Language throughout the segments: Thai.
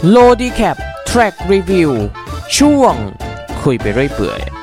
โลดีแคป Track Review ช่วงคุยไปเรื่อยเปื่อย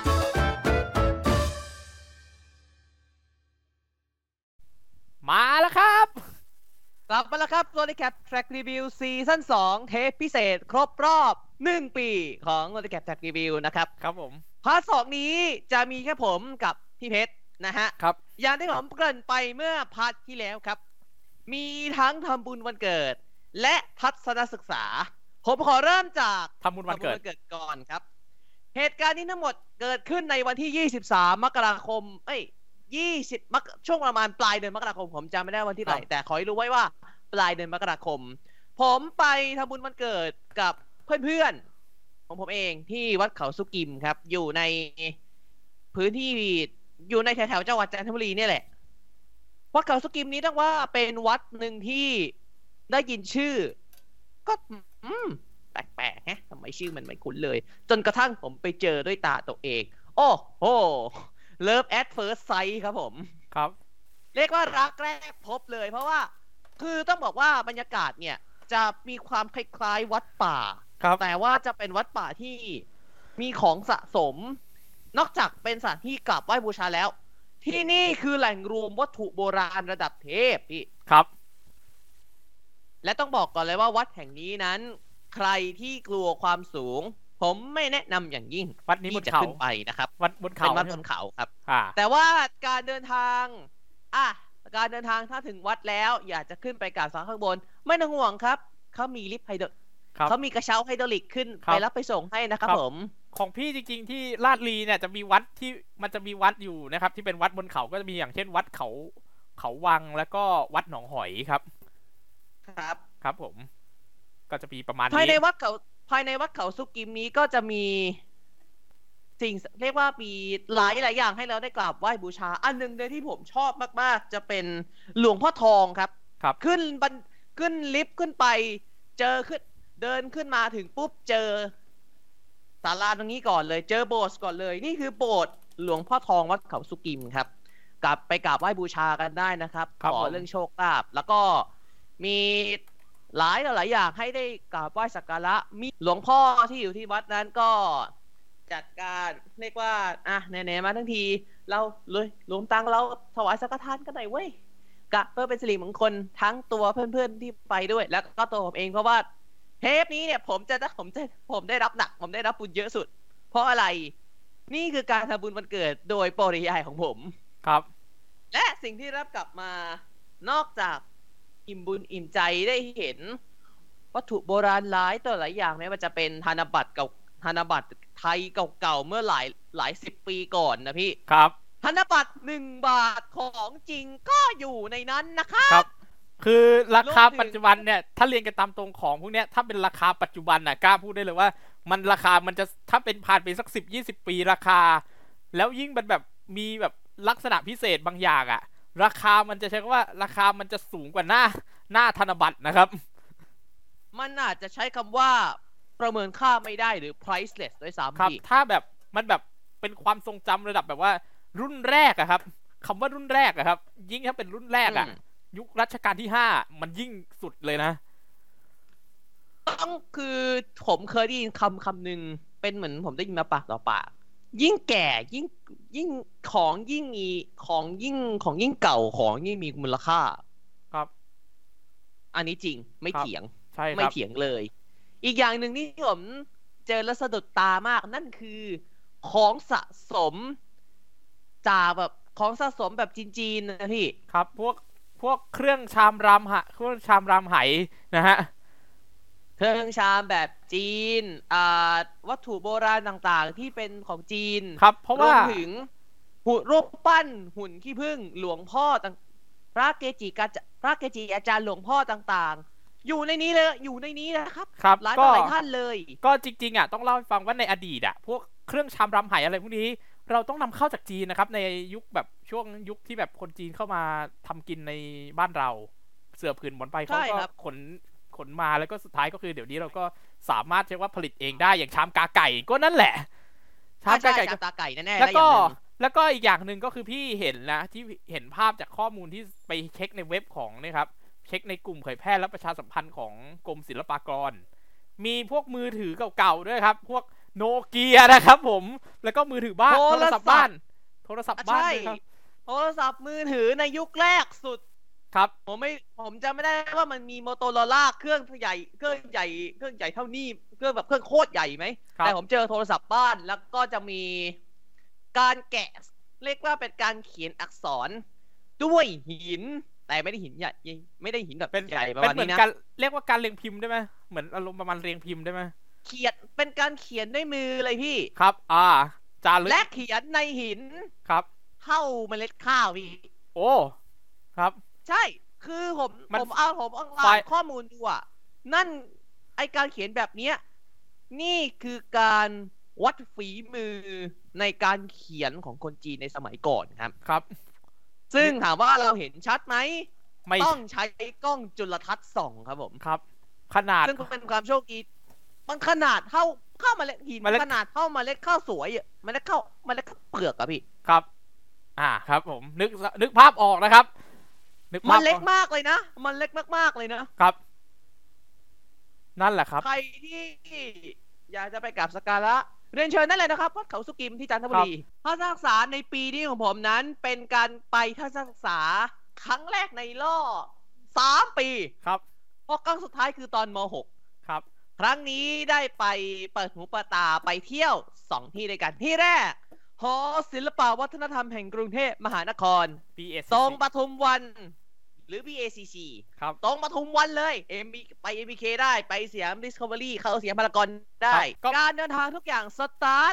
มาแล้วครับกลับมาแล้วครับ โลดีแคป Track Review ซีซั่น2เทปพิเศษครบรอบ1 ปีของ โลดีแคป Track Review นะครับครับผมพาร์ท 2นี้จะมีแค่ผมกับพี่เพชรนะฮะครับอย่างที่ผมเกริ่นไปเมื่อพาร์ทที่แล้วครับมีทั้งทำบุญวันเกิดและทัศนศึกษาผมขอเริ่มจากทำบุญวันเกิดก่อนครับเหตุการณ์นี้ทั้งหมดเกิดขึ้นในวันที่23มกราคมช่วงประมาณปลายเดือนมกราคมผมจำไม่ได้วันที่ไหนแต่ขอให้รู้ไว้ว่าปลายเดือนมกราคมผมไปทำบุญวันเกิดกับเพื่อนๆของผมเองที่วัดเขาสุกิมครับอยู่ในพื้นที่อยู่ในแถวๆจังหวัดจันทบุรีเนี่ยแหละวัดเขาสุกิมนี้ต้องว่าเป็นวัดหนึ่งที่ได้ยินชื่อก็แปลกๆฮะทำไมชื่อมันไม่คุ้นเลยจนกระทั่งผมไปเจอด้วยตาตัวเองโอ้โหLove at First Sight ครับผมครับเรียกว่ารักแรกพบเลยเพราะว่าคือต้องบอกว่าบรรยากาศเนี่ยจะมีความคล้ายๆวัดป่าแต่ว่าจะเป็นวัดป่าที่มีของสะสมนอกจากเป็นสถานที่กราบไหว้บูชาแล้วที่นี่คือแหล่งรวมวัตถุโบราณระดับเทพพี่ครับและต้องบอกก่อนเลยว่าวัดแห่งนี้นั้นใครที่กลัวความสูงผมไม่แนะนำอย่างยิ่งวัดนี้บนเขาขึ้นไปนะครับวัดบนเขาเป็นวัดบนเขาครับแต่ว่าการเดินทางถ้าถึงวัดแล้วอยากจะขึ้นไปกราบสักข้างบนไม่ต้องห่วงครับเขามีลิฟต์เขามีกระเช้าไฮดรอลิกขึ้นไปรับไปส่งให้นะครับผมของพี่จริงๆที่ลาดลีเนี่ยจะมีวัดที่มันจะมีวัดอยู่นะครับที่เป็นวัดบนเขาก็จะมีอย่างเช่นวัดเขาวังแล้วก็วัดหนองหอยครับครับผมก็จะมีประมาณนี้ภายในวัดเขาสุกิมนี้ก็จะมีสิ่งเรียกว่ามีหลายอย่างให้เราได้กราบไหว้บูชาอันนึงเลยที่ผมชอบมากๆจะเป็นหลวงพ่อทองครับขึ้นลิฟต์ขึ้นไปเดินขึ้นมาถึงปุ๊บเจอศาลาตรงนี้ก่อนเลยเจอโบสถ์ก่อนเลยนี่คือโบสถ์หลวงพ่อทองวัดเขาสุกิมครับไปกราบไหว้บูชากันได้นะครับขอเรื่องโชคลาภแล้วก็มีหลายอย่างให้ได้กราบไหว้สักการะมีหลวงพ่อที่อยู่ที่วัดนั้นก็จัดการเรียกว่าไหนๆมาทั้งทีเราเลยรวมตังเราถวายสังฆทานกันหน่อยเว้ยกะเพื่อเป็นสิริมงคลทั้งตัวเพื่อนๆที่ไปด้วยแล้วก็ตัวผมเองเพราะว่าเทปนี้เนี่ยผมได้รับหนักผมได้รับบุญเยอะสุดเพราะอะไรนี่คือการทำบุญวันเกิดโดยปริยายของผมครับและสิ่งที่รับกลับมานอกจากอิ่มบุญอิ่มใจได้เห็นวัตถุโบราณหลายตัวหลายอย่างไม่ว่าจะเป็นธนบัตรไทยเก่าๆเมื่อหลาย10 ปีก่อนนะพี่ครับธนบัตร1 บาทของจริงก็อยู่ในนั้นนะครับคือราคาปัจจุบันเนี่ยถ้าเรียนกันตามตรงของพวกเนี้ยถ้าเป็นราคาปัจจุบันน่ะกล้าพูดได้เลยว่ามันราคามันจะถ้าเป็นผ่านไปสัก10-20 ปีราคาแล้วยิ่งมันแบบมีแบบลักษณะพิเศษบางอย่างอ่ะราคามันจะใช้คำว่าราคามันจะสูงกว่าหน้าธนบัตรนะครับมันอาจจะใช้คำว่าประเมินค่าไม่ได้หรือ priceless ด้วยซ้ำครับถ้าแบบมันแบบเป็นความทรงจำระดับแบบว่ารุ่นแรกอะครับคำว่ารุ่นแรกอะครับยิ่งถ้าเป็นรุ่นแรกอะยุครัชกาลที่5มันยิ่งสุดเลยนะต้องคือผมเคยได้ยินคำหนึ่งเป็นเหมือนผมได้ยินมาปากต่อปากยิ่งแก่ยิ่งของยิ่งมีของยิ่งเก่าของยิ่งมีมูลค่าครับอันนี้จริงไม่เถียงไม่เถียงเลยอีกอย่างหนึ่งที่ผมเจอแล้วสะดุดตามากนั่นคือของสะสมจากแบบของสะสมแบบจีนๆนะพี่ครับพวกเครื่องชามรามไหนะฮะเครื่องชามแบบจีนวัตถุโบราณต่างๆที่เป็นของจีนครับเพราะว่ารวมถึงรูปปั้นหุ่นขี้ผึ้งหลวงพ่อพระเกจิอาจารย์หลวงพ่อต่างๆอยู่ในนี้นะครับหลายท่านเลยก็จริงๆอ่ะต้องเล่าให้ฟังว่าในอดีตอ่ะพวกเครื่องชามรำไหอะไรพวกนี้เราต้องนำเข้าจากจีนนะครับในยุคแบบช่วงยุคที่แบบคนจีนเข้ามาทำกินในบ้านเราเสือผืนหมอนใบเขาก็ขนมาแล้วก็สุดท้ายก็คือเดี๋ยวนี้เราก็สามารถเรียกว่าผลิตเองได้อย่างชามกาไก่ก็นั่นแหละชามกาไก่แน่ๆแล้วก็อีกอย่างหนึ่งก็คือพี่เห็นนะที่เห็นภาพจากข้อมูลที่ไปเช็คในเว็บของนี่ครับเช็คในกลุ่มเผยแพร่และประชาสัมพันธ์ของกรมศิลปากรมีพวกมือถือเก่าๆด้วยครับพวกโนเกียนะครับผมแล้วก็มือถือบ้านโทรศัพท์บ้านด้วยครับโทรศัพท์มือถือในยุคแรกสุดครับผมจำไม่ได้ว่ามันมีโมโตโรล่าเครื่องใหญ่เท่านี้เครื่องแบบเครื่องโคตรใหญ่ไหมแต่ผมเจอโทรศัพท์บ้านแล้วก็จะมีการแกะเรียกว่าเป็นการเขียนอักษรด้วยหินแต่ไม่ได้หินใหญ่ไม่ได้หินแบบใหญ่ประมาณนี้นะเรียกว่าการเรียงพิมพ์ได้ไหมเหมือนอารมณ์ประมาณเรียงพิมพ์ได้ไหมเขียนเป็นการเขียนด้วยมือเลยพี่ครับจารึกและเขียนในหินครับเท่าเมล็ดข้าวพี่โอ้ครับใช่คือผมอ่านข้อมูลดูอ่ะนั่นไอการเขียนแบบเนี้ยนี่คือการวัดฝีมือในการเขียนของคนจีนในสมัยก่อนครับซึ่งถามว่าเราเห็นชัดไหมต้องใช้กล้องจุลทรรศน์ส่องครับผมครับขนาดซึ่งเป็นความโชคดีมันขนาดเท่าเมล็ดหินขนาดเท่าเมล็ดข้าวสวยเมล็ดข้าวเปลือกอะพี่ครับครับผมนึกภาพออกนะครับมันเล็กมากเลยนะมันเล็กมากๆเลยนะครับนั่นแหละครับใครที่อยากจะไปกราบสักการะเรียนเชิญได้เลยนะครับวัดเขาสุกิมที่จันทบุรีทัศนศึกษาในปีนี้ของผมนั้นเป็นการไปทัศนศึกษาครั้งแรกในรอบ3 ปีครับเพราะครั้งสุดท้ายคือตอนม .6 ครับครั้งนี้ได้ไปเปิดหูเปิดตาไปเที่ยว2 ที่ด้วยกันที่แรกหอศิลปวัฒนธรรมแห่งกรุงเทพมหานครตรงปทุมวันหรือ BACC ครับตรงปทุมวันเลยไป MBK ได้ไปสยาม Discovery เข้าสยามพารากอนได้การเดินทางทุกอย่างสตาร์ท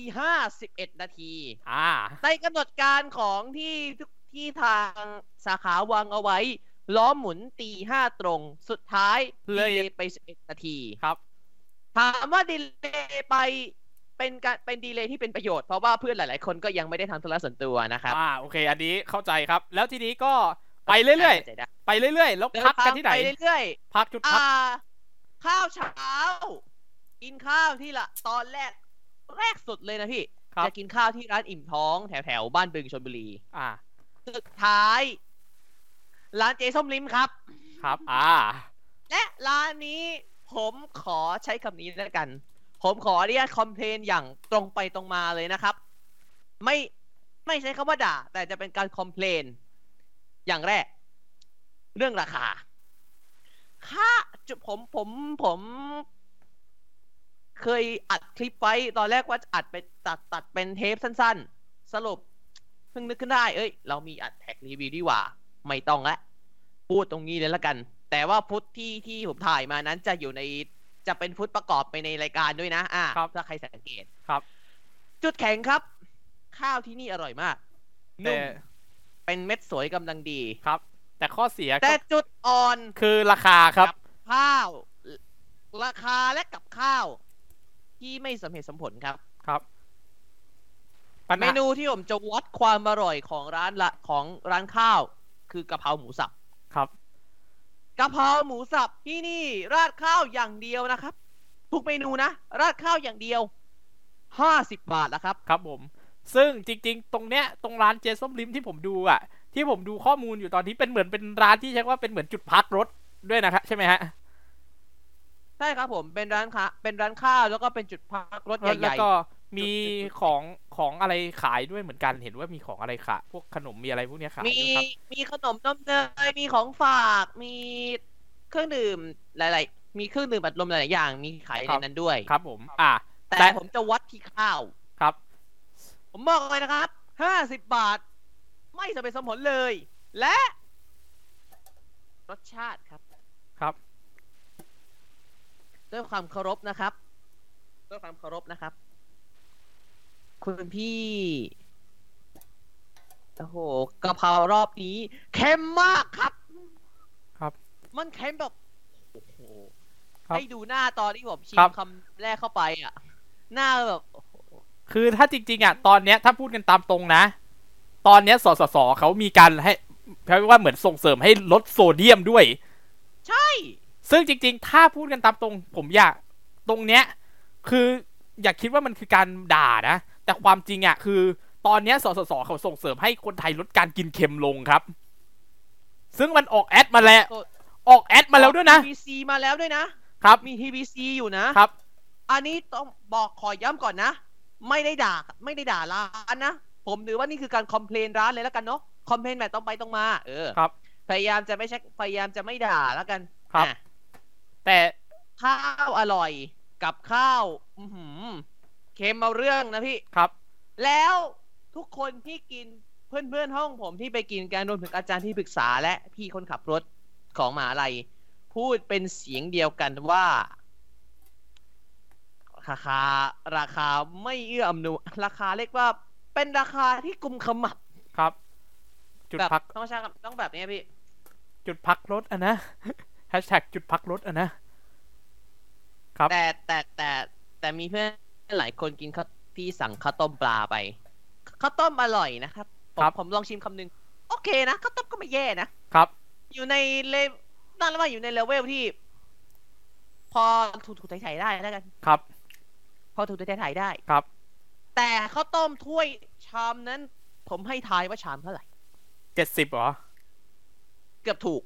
5:11 นาทีในกำหนดการของที่ทางสาขาวางเอาไว้ล้อหมุน 5:00 ตรงสุดท้ายเลยไป11 นาทีครับถามว่าดีเลย์ไปเป็นดีเลย์ที่เป็นประโยชน์เพราะว่าเพื่อนหลายๆคนก็ยังไม่ได้ทำธุระส่วนตัวนะครับโอเคอันนี้เข้าใจครับแล้วทีนี้ก็ไปเรื่อยๆแล้วพักกันที่ไหนไปเรื่อยๆพักจุดพักข้าวเช้ากินข้าวที่ละตอนแรกสุดเลยนะพี่จะกินข้าวที่ร้านอิ่มท้องแถวบ้านบึงชลบุรีสุดท้ายร้านเจส้มลิ้มครับและร้านนี้ผมขอใช้คำนี้แล้วกันผมขออนุญาตคอมเพลนอย่างตรงไปตรงมาเลยนะครับไม่ใช้คำว่าด่าแต่จะเป็นการคอมเพลนอย่างแรกเรื่องราคาผมเคยอัดคลิปไว้ตอนแรกว่าอัดไปตัดเป็นเทปสั้นๆสรุปเพิ่งนึกขึ้นได้เรามีอัดแท็กรีวิวดีกว่าไม่ต้องละพูดตรงนี้เลยละกันแต่ว่าฟุตที่ผมถ่ายมานั้นจะเป็นฟุตประกอบไปในรายการด้วยนะถ้าใครสังเกตครับจุดแข็งครับข้าวที่นี่อร่อยมากนุ่มเป็นเม็ดสวยกำลังดีครับแต่ข้อเสียแต่จุดอ่อนคือราคาครับข้าวราคาและกับข้าวที่ไม่สมเหตุสมผลครับเมนูที่ผมจะวัดความอร่อยของร้านข้าวคือกะเพราหมูสับครับกะเพราหมูสับที่นี่ราดข้าวอย่างเดียวนะครับทุกเมนูนะราดข้าวอย่างเดียว50 บาทแล้วครับครับผมซึ่งจริงๆตรงเนี้ยตรงร้านเจส้มลิ้มที่ผมดูที่ผมดูข้อมูลอยู่ตอนนี้เป็นร้านที่ใช้ว่าเป็นเหมือนจุดพักรถด้วยนะครับใช่ไหมฮะใช่ครับผมเป็นร้านข้าวแล้วก็เป็นจุดพักรถใหญ่ๆแล้วก็มีของอะไรขายด้วยเหมือนกันเห็นว่ามีของอะไรขายพวกขนมมีอะไรพวกนี้ขายมีขนมนมเนยมีของฝากมีเครื่องดื่มหลายๆมีเครื่องดื่มอัดลมหลายๆอย่างมีขายในนั้นด้วยครับผมแต่ผมจะวัดที่ข้าวครับผมบอกเลยนะครับ50 บาทไม่สมเหตุสมผลเลยและรสชาติครับด้วยความเคารพนะครับคุณพี่โอ้โหกะเพรารอบนี้เค็มมากครับมันเค็มแบบโอ้โหให้ดูหน้าตอนที่ผมชิมคำแรกเข้าไปหน้าแบบคือถ้าจริงๆตอนเนี้ยถ้าพูดกันตามตรงนะตอนเนี้ยสสสเขามีการให้แปลว่าเหมือนส่งเสริมให้ลดโซเดียมด้วยใช่ซึ่งจริงๆถ้าพูดกันตามตรงผมอยากตรงเนี้ยคืออยากคิดว่ามันคือการด่านะแต่ความจริงคือตอนเนี้ยสสสเขาส่งเสริมให้คนไทยลดการกินเค็มลงครับซึ่งมันออกแอดมาแล้วด้วยนะ BBC มาแล้วด้วยนะครับมี TBC อยู่นะครับ อันนี้ต้องบอกขอย้ำก่อนนะ ไม่ได้ด่าร้านนะ ผมถือว่านี่คือการคอมเพลนร้านเลยแล้วกันเนาะคอมเพลนแบบตรงไปตรงมาครับพยายามจะไม่ด่าแล้วกันครับ แต่ข้าวอร่อยกับข้าวเค็มเอาเรื่องนะพี่ครับแล้วทุกคนที่กินเพื่อนห้องผมที่ไปกินกันรวมถึงอาจารย์ที่ปรึกษาและพี่คนขับรถของมหาลัยพูดเป็นเสียงเดียวกันว่าราคาไม่เอื้ออำนวยราคาเรียกว่าเป็นราคาที่กุมขมับครับจุดพักต้องใช่ครับต้องแบบนี้พี่จุดพักรถนะ#จุดพักรถนะครับแต่มีเพื่อนหลายคนกินข้าวที่สั่งข้าวต้มปลาไปข้าวต้มอร่อยนะครับผมลองชิมคำนึงโอเคนะข้าวต้มก็ไม่แย่นะครับอยู่ในนั่นแล้วว่าอยู่ในเลเวลที่พอถูกไถ่ได้แล้วกันครับพอถูกไถ่ได้ครับแต่ข้าวต้มถ้วยชามนั้นผมให้ทายว่าชามเท่าไหร่ 70เหรอเกือบถูก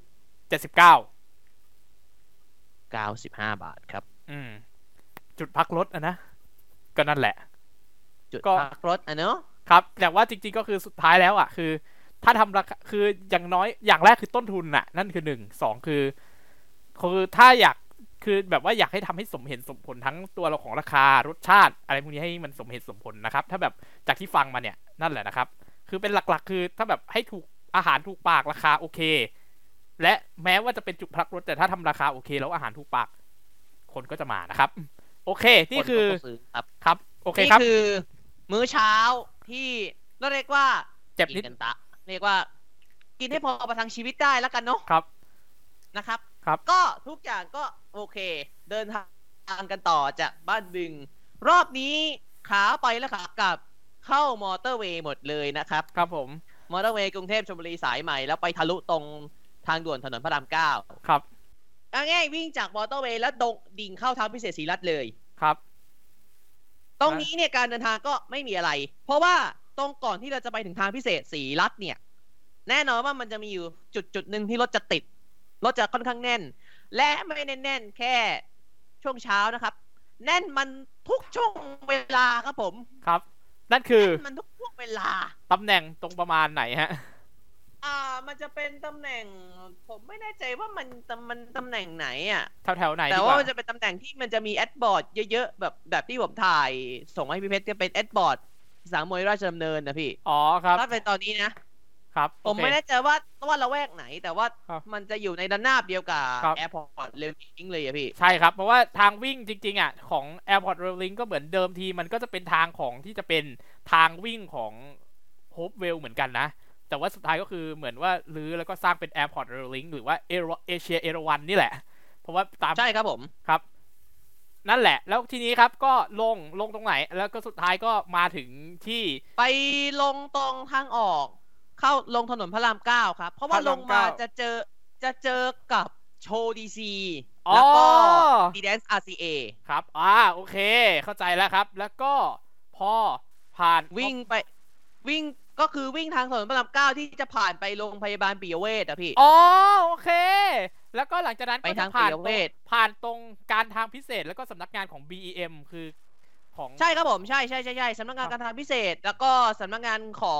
95 บาทครับจุดพักรถนะก็นั่นแหละจุดพักรถเนอะครับแต่ว่าจริงๆก็คือสุดท้ายแล้วคือถ้าทำราคาคืออย่างน้อยอย่างแรกคือต้นทุนนั่นคือ1 2คือถ้าอยากคือแบบว่าอยากให้ทำให้สมเหตุสมผลทั้งตัวเราของราคารสชาติอะไรพวกนี้ให้มันสมเหตุสมผลนะครับถ้าแบบจากที่ฟังมาเนี่ยนั่นแหละนะครับคือเป็นหลักๆคือถ้าแบบให้ถูกอาหารถูกปากราคาโอเคและแม้ว่าจะเป็นจุดพักรถแต่ถ้าทำราคาโอเคแล้วอาหารถูกปากคนก็จะมานะครับโอเคนี่คือครับโอเคครับนี่คือมื้อเช้าที่เรียกว่าเจ็บนิดเรียกว่ากินให้พอประทังชีวิตได้แล้วกันเนาะครับนะครับครับก็ทุกอย่างก็โอเคเดินทางกันต่อจากบ้านบึงรอบนี้ขาไปและขากลับเข้ามอเตอร์เวย์หมดเลยนะครับครับผมมอเตอร์เวย์กรุงเทพชลบุรีสายใหม่แล้วไปทะลุตรงทางด่วนถนนพระราม9 ครับง่ายวิ่งจากมอเตอร์เวย์แล้วดิ่งเข้าทางพิเศษศรีรัตน์เลยครับตรงนี้เนี่ยการเดินทางก็ไม่มีอะไรเพราะว่าตรงก่อนที่เราจะไปถึงทางพิเศษศรีรัตน์เนี่ยแน่นอนว่ามันจะมีอยู่จุดหนึ่งที่รถจะติดรถจะค่อนข้างแน่นและไม่แน่นแค่ช่วงเช้านะครับแน่นมันทุกช่วงเวลาครับผมครับนั่นคือมันทุกช่วงเวลาตำแหน่งตรงประมาณไหนฮะมันจะเป็นตำแหน่งผมไม่แน่ใจว่ามันตำแหน่งไหนแถวไหนแต่ว่ามันจะเป็นตำแหน่งที่มันจะมีแอดบอร์ดเยอะๆแบบที่ผมถ่ายส่งให้พี่เพชรจะเป็นแอดบอร์ดสามมวยราชดำเนินนะพี่ครับถ้าเป็นตอนนี้นะครับผมไม่แน่ใจว่าละแวกไหนแต่ว่ามันจะอยู่ในด้านหน้าเดียวกับแอร์พอร์ตเรลลิงเลยพี่ใช่ครับเพราะว่าทางวิ่งจริงๆของแอร์พอร์ตเรลลิงก็เหมือนเดิมทีมันก็จะเป็นทางของที่จะเป็นทางวิ่งของโฮปเวลเหมือนกันนะแต่ว่าสุดท้ายก็คือเหมือนว่ารื้อแล้วก็สร้างเป็น Airport Rail Link หรือว่าเอเชียเอราวันนี่แหละเพราะว่าตามใช่ครับผมครับนั่นแหละแล้วทีนี้ครับก็ลงตรงไหนแล้วก็สุดท้ายก็มาถึงที่ไปลงตรงทางออกเข้าลงถนนพระราม9ครับเพราะว่าลงมาจะเจอกับโชว์ดีซีแล้วก็ดีแดนซ์ RCA ครับโอเคเข้าใจแล้วครับแล้วก็พอผ่านวิ่งก็คือวิ่งทางถนนพระราม9ที่จะผ่านไปโรงพยาบาลปิยเวชพี่โอเคแล้วก็หลังจากนั้นก็จะผ่านตรงการทางพิเศษแล้วก็สำนักงานของ BEM คือของใช่ครับผมใช่สำนักงานการทางพิเศษแล้วก็สำนักงานของ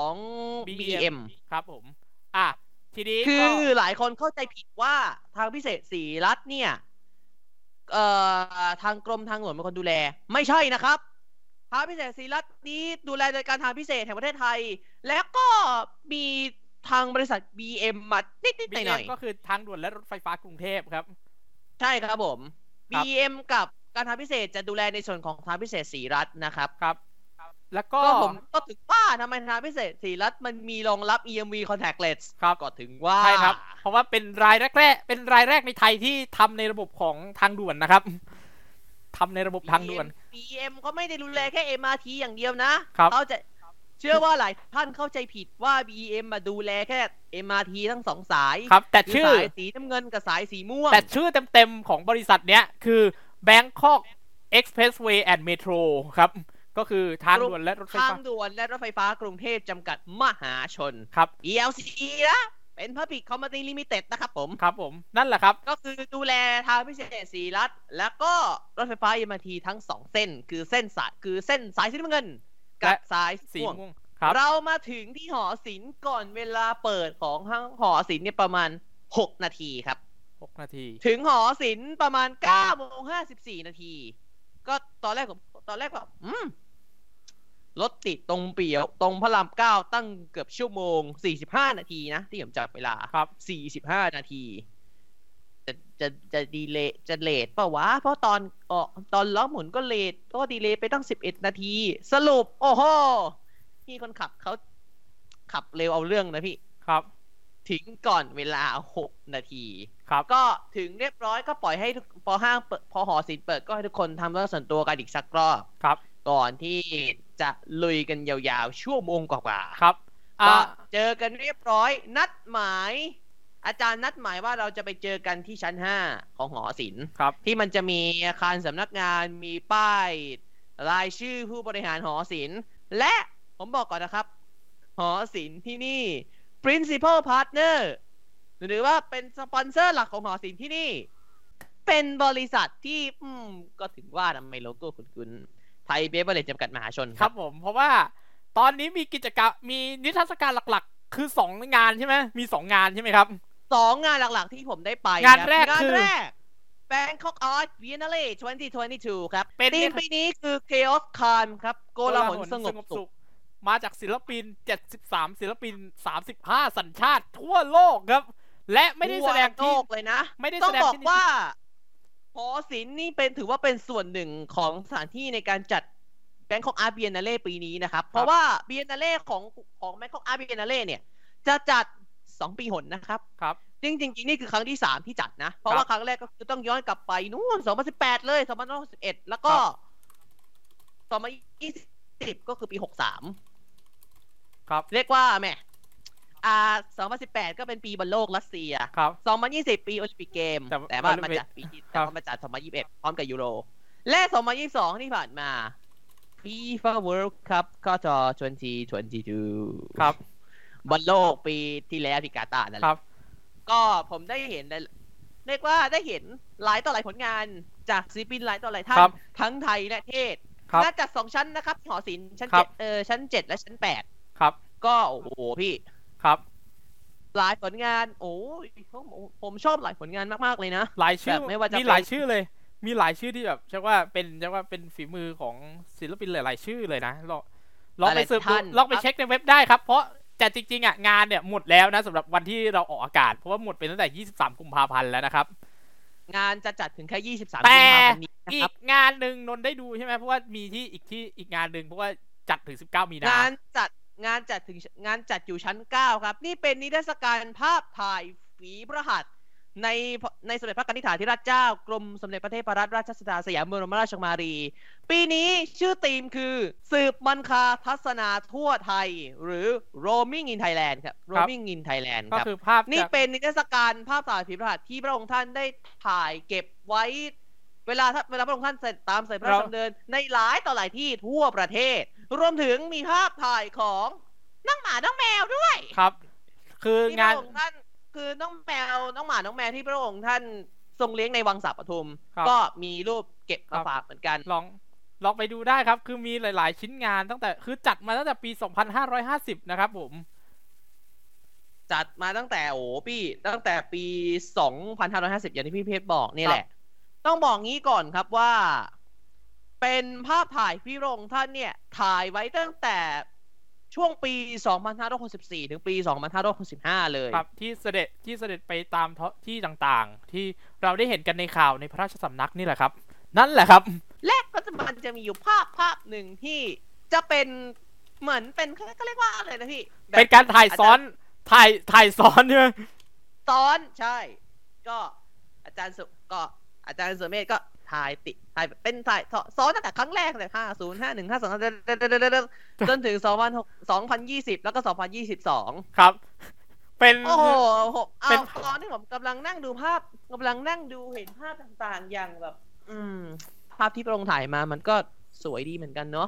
BEM ครับผมทีนี้คือหลายคนเข้าใจผิดว่าทางพิเศษศรีรัตน์เนี่ยทางกรมทางหลวงเป็นคนดูแลไม่ใช่นะครับทางพิเศษศรีรัตน์นี้ดูแลโดยการทางพิเศษแห่งประเทศไทยแล้วก็มีทางบริษัท BM มานิดๆหน่อยๆก็คือทางด่วนและรถไฟฟ้ากรุงเทพครับใช่ครับผม BM กับการทางพิเศษจะดูแลในส่วนของทางพิเศษศรีรัตน์นะครับครับแล้วก็ผมก็ถึงว่าทำไมทางพิเศษศรีรัตน์มันมีรองรับ EMV contactless ครับก็ถึงว่าใช่ครับเพราะว่าเป็นรายแรกในไทยที่ทำในระบบของทางด่วนนะครับทำในระบบทางด่วน BM ก็ไม่ได้ดูแลแค่ MRT อย่างเดียวนะเขาจะเชื่อว่าหลายท่านเข้าใจผิดว่า BM มาดูแลแค่ MRT ทั้ง2สายครับแต่ชื่อสายสีน้ำเงินกับสายสีม่วงแต่ชื่อเต็มๆของบริษัทเนี้ยคือ Bangkok Expressway and Metro ครับก็คือทางด่วนและรถไฟฟ้ากรุงเทพจำกัดมหาชนครับ ELC นะเป็น Public Company Limited นะครับผมครับผมนั่นแหละครับก็คือดูแลทางพิเศษสีรัฐแล้วก็รถไฟฟ้า MRT ทั้ง2เส้นคือเส้นสายสีน้ำเงินกับสายสีม่วงเรามาถึงที่หอศิลป์ก่อนเวลาเปิดของทั้งหอศิลป์เนี่ยประมาณ6 นาทีครับ 6 นาทีถึงหอศิลป์ประมาณ9:54 นาทีก็ตอนแรกแบบรถติดตรงตรงพระราม9ตั้งเกือบชั่วโมง45 นาทีนะที่ผมจับเวลาครับ 45 นาทีจะดีเลย์จะเลทป่าวะเพราะตอนล้อหมุนก็เลทก็ดีเลย์ไปตั้ง11 นาทีสรุปโอ้โหพี่คนขับเขาขับเร็วเอาเรื่องนะพี่ครับถึงก่อนเวลา6 นาทีครับก็ถึงเรียบร้อยก็ปล่อยให้พอห้างพอหอศิลป์เปิดก็ให้ทุกคนทำเรื่องส่วนตัวกันอีกสักรอบครับก่อนที่จะลุยกันยาวๆชั่วโมงกว่าๆครับก็เจอกันเรียบร้อยนัดหมายอาจารย์นัดหมายว่าเราจะไปเจอกันที่ชั้น5ของหอศิลป์ที่มันจะมีอาคารสำนักงานมีป้ายรายชื่อผู้บริหารหอศิลป์และผมบอกก่อนนะครับหอศิลป์ที่นี่ principal partner หรือว่าเป็นสปอนเซอร์หลักของหอศิลป์ที่นี่เป็นบริษัทที่ก็ถึงว่าทำไมโลโก้คุณไทยเบเวอร์เรจจำกัดมหาชนครับผมเพราะว่าตอนนี้มีกิจกรรมมีนิทรรศการหลักๆคือ2 งานใช่ไหมมี2 งานใช่ไหมครับ 2 งานหลักๆที่ผมได้ไปงานแรกคือ Bangkok Art Biennale 2022 ครับธีมปีนี้คือ Chaos Calm ครับโกลาหลสงบสุขมาจากศิลปิน73ศิลปิน35สัญชาติทั่วโลกครับและไม่ได้แสดงที่โลกเลยนะไม่ได้ต้อแสดงบอกว่าหอศิลป์นี่ถือว่าเป็นส่วนหนึ่งของสถานที่ในการจัด Bangkok Art Biennale ปีนี้นะครับเพราะว่า Biennale ของ Bangkok Art Biennale เนี่ยจะจัด2 ปีหนนะครับครับจริงนี่คือครั้งที่3ที่จัดนะเพราะว่าครั้งแรกก็คือต้องย้อนกลับไปนู่น2018เลย2021แล้วก็2020ก็คือปี63 ครับเรียกว่าแม่2018ก็เป็นปีบอลโลกรัสเซียครับ 2020ปีโอลิมปิกเกมแต่ว่ามาจัดปีที่แต่ว่ามาจัด2021พร้อมกับยูโรและ2022ที่ผ่านมา FIFA World Cup Qatar 2022 ครับบอลโลกปีที่แล้วที่กาตาร์นั่นแหละก็ผมได้เห็นเรียกว่าได้เห็นหลายต่อหลายผลงานจากศิลปินหลายต่อหลายท่านทั้งไทยและเทศน่าจัด2 ชั้นนะครับหอศิลป์ชั้น7ชั้น7และชั้น8 ครับก็โอ้โหพี่ครับหลายผลงานโอ้ยผมชอบหลายผลงานมากๆเลยนะหลายชื่อไม่ว่าจะมีหลายชื่อเลยมีหลายชื่อที่แบบเรียกว่าเป็นฝีมือของศิลปินหลายๆชื่อเลยนะลองไปสืบดูลองไปเช็คในเว็บได้ครับเพราะแต่จริงๆงานเนี่ยหมดแล้วนะสำหรับวันที่เราออกอากาศเพราะว่าหมดไปตั้งแต่23 กุมภาพันธ์แล้วนะครับงานจะจัดถึงแค่23 กุมภาพันธ์นี้อีกงานนึงนนได้ดูใช่ไหมเพราะว่ามีที่อีกงานนึงเพราะว่าจัดถึง19 มีนางานจัดอยู่ชั้น9ครับนี่เป็นนิทรรศการภาพถ่ายฝีพระหัตถ์ในสมเด็จพระกนิษฐาธิราชเจ้ากรมสมเด็จพระเทพรัตนราชสุดาสยามบรมราชกุมารีปีนี้ชื่อธีมคือสืบมันคาทัศนาทั่วไทยหรือ Roaming in Thailand ครับ Roaming in Thailand ครับนี่เป็นนิทรรศการภาพถ่ายฝีพระหัตถ์ที่พระองค์ท่านได้ถ่ายเก็บไว้เวลาพระองค์ท่านเสด็จพระราชดำเนินในหลายต่อหลายที่ทั่วประเทศรวมถึงมีภาพถ่ายของน้องหมาน้องแมวด้วยครับคืองานท่านคือน้องหมาน้องแมวที่พระองค์ท่านทรงเลี้ยงในวังสาปทุมก็มีรูปเก็บมาฝากเหมือนกันลองไปดูได้ครับคือมีหลายๆชิ้นงานตั้งแต่คือจัดมาตั้งแต่ปี2550นะครับผมจัดมาตั้งแต่ตั้งแต่ปี2550อย่างที่พี่เพชรบอกนี่แหละต้องบอกงี้ก่อนครับว่าเป็นภาพถ่ายพี่พระองค์ท่านเนี่ยถ่ายไว้ตั้งแต่ช่วงปี2564ถึงปี2565เลยครับที่เสด็จไปตามที่ต่างๆที่เราได้เห็นกันในข่าวในพระราชสำนักนี่แหละครับนั่นแหละครับและก็จะมีอยู่ภาพหนึ่งที่จะเป็นเหมือนเป็นเขาเรียกว่าอะไรนะพี่เป็นการถ่ายซ้อนถ่ายซ้อนใช่ไหมซ้อนใช่ก็อาจารย์สุเมธก็ถ่ายเป็นถ่ายซ้อนตั้งแต่ครั้งแรกเลย50 51 52จนถึง2020แล้วก็2022 ครับเป็นโอ้โหเป็นตอนที่ผมกำลังนั่งดูภาพกำลังนั่งดูเห็นภาพต่างๆอย่างแบบภาพที่พระองค์ถ่ายมามันก็สวยดีเหมือนกันเนาะ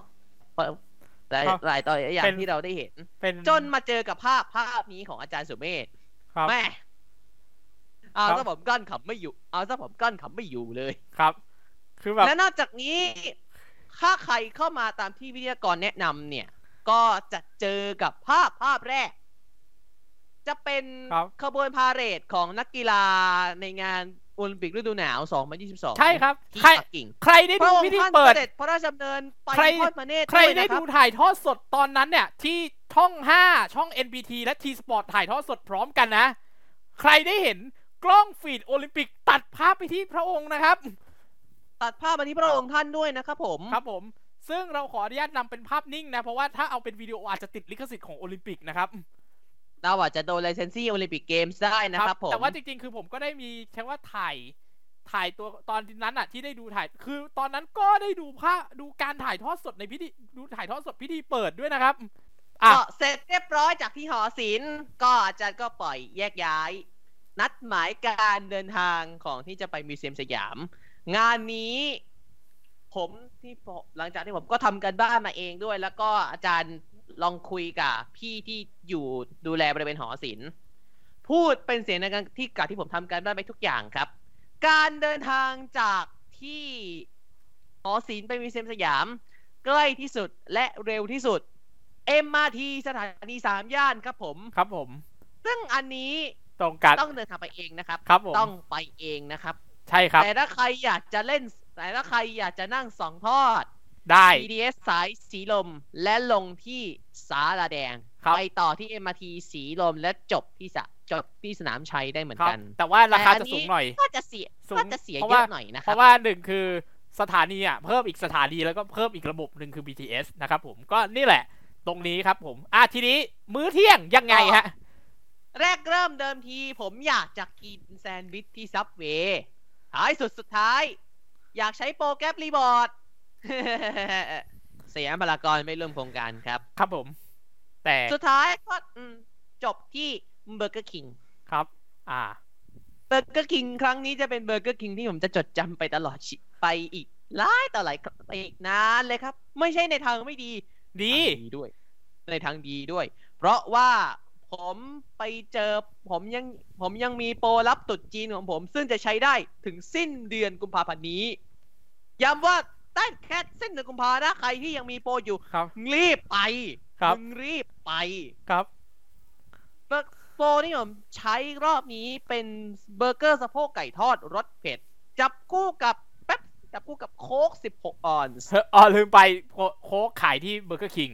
หลายต่ออย่างที่เราได้เห็นจนมาเจอกับภาพนี้ของอาจารย์สุเมธครับแม่เอาซะผมกั้นขำไม่อยู่เลยครับคือแบบและนอกจากนี้ถ้าใครเข้ามาตามที่วิทยากรแนะนำเนี่ย ก็จะเจอกับภาพแรก จะเป็นขบวนพาเหรดของนักกีฬาในงานโอลิมปิกฤดูหนาว 2022 ใช่ครับที่ปักกิ่งใครได้ดูพิธีเปิดพระราชดำเนินไปทอดพระเนตรใครได้ดูถ่ายทอดสดตอนนั้นเนี่ยที่ช่อง 5 ช่อง NBT และ T-Sport ถ่ายทอดสดพร้อมกันนะใครได้เห็นกล้องฟีดโอลิมปิกตัดภาพไปที่พระองค์นะครับตัดภาพมาที่พระองค์ท่านด้วยนะครับผมครับผมซึ่งเราขออนุญาตนำเป็นภาพนิ่งนะเพราะว่าถ้าเอาเป็นวิดีโออาจจะติดลิขสิทธิ์ของโอลิมปิกนะครับเราอาจจะโดนไลเซนซี่โอลิมปิกเกมส์ได้นะครับผมแต่ว่าจริงๆคือผมก็ได้มีแค่ว่าถ่ายตัวตอนนั้นอะที่ได้ดูถ่ายคือตอนนั้นก็ได้ดูการถ่ายทอดสดในพิธีดูถ่ายทอดสดพิธีเปิดด้วยนะครับก็เสร็จเรียบร้อยจากที่หอศิลป์ก็อาจารย์ก็ปล่อยแยกย้ายนัดหมายการเดินทางของที่จะไปมิวเซียมสยามงานนี้หลังจากที่ผมก็ทำกันบ้านมาเองด้วยแล้วก็อาจารย์ลองคุยกับพี่ที่อยู่ดูแลบริเวณหอศิลป์พูดเป็นเสียงในการที่ผมทำกันบ้านไปทุกอย่างครับการเดินทางจากที่หอศิลป์ไปมิวเซียมสยามใกล้ที่สุดและเร็วที่สุด MRT สถานี3ย่านครับผมซึ่งอันนี้ต้องเดินทางไปเองนะครับต้องไปเองนะครับใช่ครับแต่ถ้าใครอยากจะนั่ง2ทอดได้ BTS สายสีลมและลงที่ศาลาแดงไปต่อที่ MRT สีลมและจบที่สนามชัยได้เหมือนกันแต่ว่าราคาจะสูงหน่อยก็จะเสียเยอะหน่อยนะครับเพราะว่า1คือสถานีเพิ่มอีกสถานีแล้วก็เพิ่มอีกระบบหนึ่งคือ BTS นะครับผมก็นี่แหละตรงนี้ครับผมทีนี้มื้อเที่ยงยังไงฮะแรกเริ่มเดิมทีผมอยากจะกินแซนด์วิชที่ซับเวย์สุดท้ายอยากใช้โปรแกรมรีบอร์ดสยามพารากอนไม่ร่วมโครงการครับผมแต่สุดท้ายก็จบที่เบอร์เกอร์คิงครับเบอร์เกอร์คิงครั้งนี้จะเป็นเบอร์เกอร์คิงที่ผมจะจดจำไปตลอดไปอีกหลายไปอีกนานเลยครับไม่ใช่ในทางไม่ดีด้วยในทางดีด้วยเพราะว่าผมไปเจอผมยังมีโปรรับตรุษจีนของผมซึ่งจะใช้ได้ถึงสิ้นเดือนกุมภาพันธ์นี้ย้ำว่าตั้งแค่สิ้นเดือนกุมภาพันธ์นะใครที่ยังมีโปรอยู่รีบไปครับโปรที่ผมใช้รอบนี้เป็นเบอร์เกอร์สะโพกไก่ทอดรสเผ็ดจับคู่กับโค้ก16 ออนซ์ลืมไปโค้กขายที่เบอร์เกอร์คิง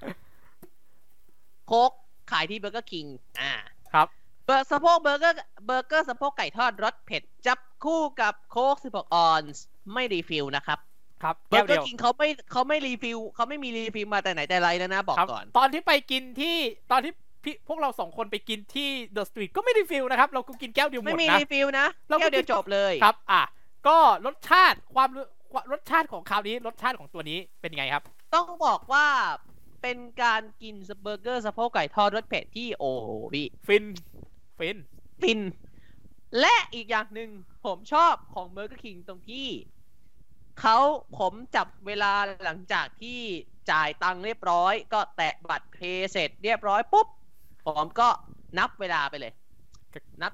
โค้กขายที่เบอร์เกอร์คิงครับเบอร์เกอร์สะโพกไก่ทอดรสเผ็ดจับคู่กับโค้ก16 ออนซ์ไม่รีฟิลนะครับเบอร์เกอร์คิงเขาไม่รีฟิลเขาไม่มีรีฟิลมาแต่ไหนแต่ไรนะบอกก่อนตอนที่ไปกินที่ตอนที่พวกเรา2คนไปกินที่เดอะสตรีทก็ไม่รีฟิลนะครับเราก็กินแก้วเดียวหมดนะไม่มีรีฟิลนะแก้วเดียวจบเลยครับก็รสชาติของคราวนี้รสชาติของตัวนี้เป็นไงครับต้องบอกว่าเป็นการกินเบอร์เกอร์สะโพกไก่ทอดรสเผ็ดที่โอ้โหพี่ฟินและอีกอย่างหนึ่งผมชอบของเบอร์เกอร์คิงตรงที่ผมจับเวลาหลังจากที่จ่ายตังค์เรียบร้อยก็แตะบัตรเพย์เสร็จเรียบร้อยปุ๊บผมก็นับเวลาไปเลยนับ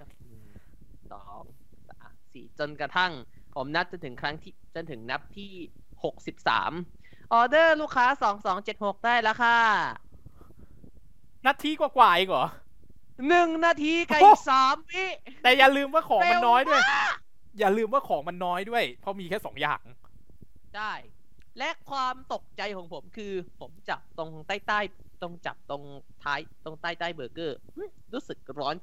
2 3 4จนกระทั่งผมนับจนถึงนับที่63ออเดอร์ลูกค้า2276ได้แล้วค่ะนาทีกว่าอีกเหรอ 1 นาทีกับ3 วิแต่อย่าลืมว่าของมันน้อยด้วยเพราะมีแค่2 อย่างได้และความตกใจของผมคือผมจับตรงใต้ตรงท้ายตรงใต้เบอร์เกอร์รู้สึกร้อน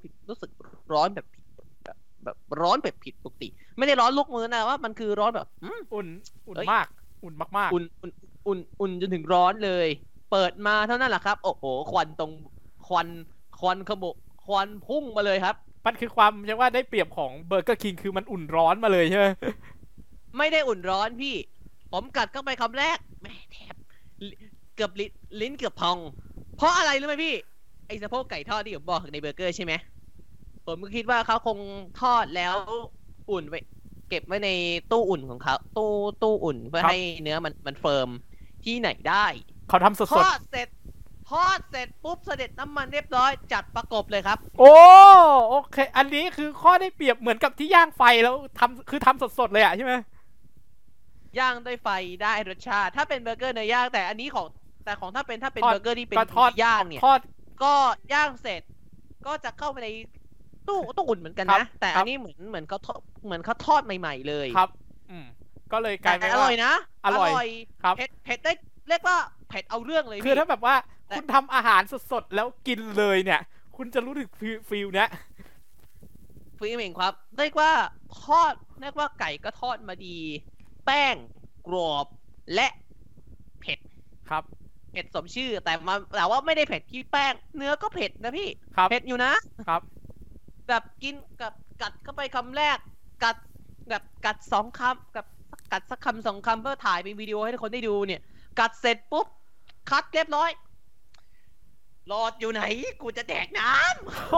แบบร้อนแบบผิดปกติไม่ได้ร้อนลุกมือนะว่ามันคือร้อนแบบอุ่นมากอุ่นมากอุ่นจนถึงร้อนเลยเปิดมาเท่านั้นแหละครับโอ้โหควันขโมกควันพุ่งมาเลยครับมันคือความใช่ว่าได้เปรียบของเบอร์เกอร์คิงคือมันอุ่นร้อนมาเลยใช่ไหมไม่ได้อุ่นร้อนพี่ผมกัดเข้าไปคำแรกแม่แทบเกือบลิ้นเกือบพองเพราะอะไรรู้ไหมพี่ไอ้สะโพกไก่ทอดที่ผมบอกในเบอร์เกอร์ใช่ไหมผมก็คิดว่าเขาคงทอดแล้วอุ่นไว้เก็บไว้ในตู้อุ่นของเขาตู้อุ่นเพื่อให้เนื้อมันเฟิร์มที่ไหนได้เขาทำสดทอดเสร็จทอดเสร็จปุ๊บเสด็จน้ำมันเรียบร้อยจัดประกบเลยครับโอเคอันนี้คือข้อได้เปรียบเหมือนกับที่ย่างไฟแล้วทำสดๆเลยอ่ะใช่ไหมย่างด้วยไฟได้รสชาติถ้าเป็นเบอร์เกอร์เนื้อย่างแต่อันนี้ของถ้าเป็นเบอร์เกอร์ที่เป็นทอดย่างเนี่ยก็ย่างเสร็จก็จะเข้าไปในตู้อุ่นเหมือนกันนะแต่อันนี้เหมือนเขาทอดใหม่ๆเลยครับก็เลยกลายเป็นอร่อยนะอร่อยครับเผ็ดได้เรียกว่าเผ็ดเอาเรื่องเลยคือถ้าแบบว่าคุณทำอาหารสดๆแล้วกินเลยเนี่ยคุณจะรู้ถึงฟิลเนี้ยฟิลเองครับเรียกว่าไก่ก็ทอดมาดีแป้งกรอบและเผ็ดครับเผ็ดสมชื่อแต่ว่าไม่ได้เผ็ดที่แป้งเนื้อก็เผ็ดนะพี่เผ็ดอยู่นะครับแบบกินกับกัดเข้าไปคำแรกกัด2 คำกับกัดสักคำ2 คำเพื่อถ่ายเป็นวิดีโอให้ทุกคนได้ดูเนี่ยกัดเสร็จปุ๊บคัดเรียบร้อยหลอดอยู่ไหนกูจะแดกน้ำ